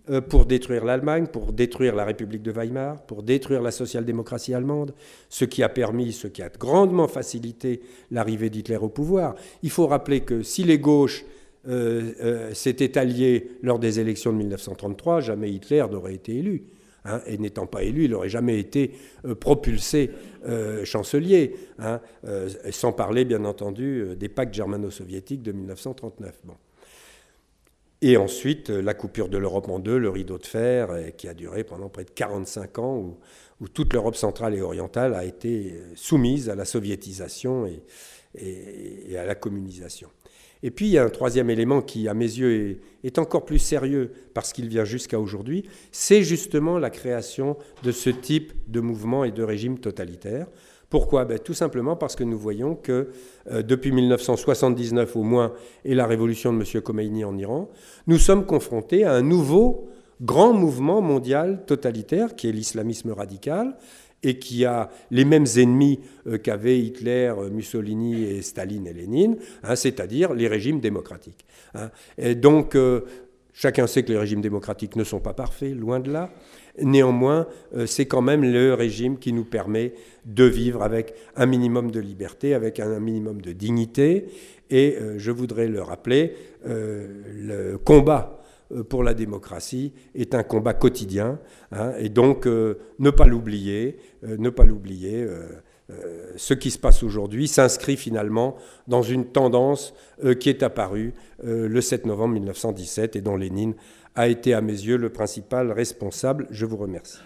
euh, pour détruire l'Allemagne, pour détruire la République de Weimar, pour détruire la social-démocratie allemande, ce qui a permis, ce qui a grandement facilité l'arrivée d'Hitler au pouvoir. Il faut rappeler que si les gauches euh, euh, s'étaient alliées lors des élections de mille neuf cent trente-trois, jamais Hitler n'aurait été élu. Hein, et n'étant pas élu, il n'aurait jamais été euh, propulsé euh, chancelier, hein, euh, sans parler bien entendu euh, des pactes germano-soviétiques de mille neuf cent trente-neuf. Bon. Et ensuite, euh, la coupure de l'Europe en deux, le rideau de fer, euh, qui a duré pendant près de quarante-cinq ans, où, où toute l'Europe centrale et orientale a été soumise à la soviétisation et, et, et à la communisation. Et puis, il y a un troisième élément qui, à mes yeux, est, est encore plus sérieux parce qu'il vient jusqu'à aujourd'hui, c'est justement la création de ce type de mouvement et de régime totalitaire. Pourquoi ? Ben, tout simplement parce que nous voyons que euh, depuis mille neuf cent soixante-dix-neuf au moins, et la révolution de M. Khomeini en Iran, nous sommes confrontés à un nouveau grand mouvement mondial totalitaire qui est l'islamisme radical, et qui a les mêmes ennemis euh, qu'avaient Hitler, Mussolini et Staline et Lénine, hein, c'est-à-dire les régimes démocratiques. Hein. Et donc, euh, chacun sait que les régimes démocratiques ne sont pas parfaits, loin de là. Néanmoins, euh, c'est quand même le régime qui nous permet de vivre avec un minimum de liberté, avec un, un minimum de dignité. Et euh, je voudrais le rappeler, euh, le combat pour la démocratie est un combat quotidien, hein, et donc euh, ne pas l'oublier, euh, ne pas l'oublier. Euh, euh, ce qui se passe aujourd'hui s'inscrit finalement dans une tendance euh, qui est apparue euh, le sept novembre mille neuf cent dix-sept et dont Lénine a été à mes yeux le principal responsable. Je vous remercie.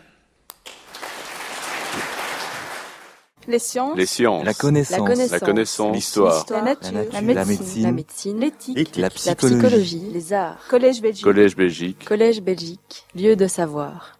Les sciences, Les sciences, La connaissance, la connaissance, la connaissance, l'histoire, la nature, la nature, la la médecine, médecine, la médecine, l'éthique, la la psychologie. psychologie, les arts. Collège Belgique. Collège Belgique. Collège Belgique, lieu de savoir.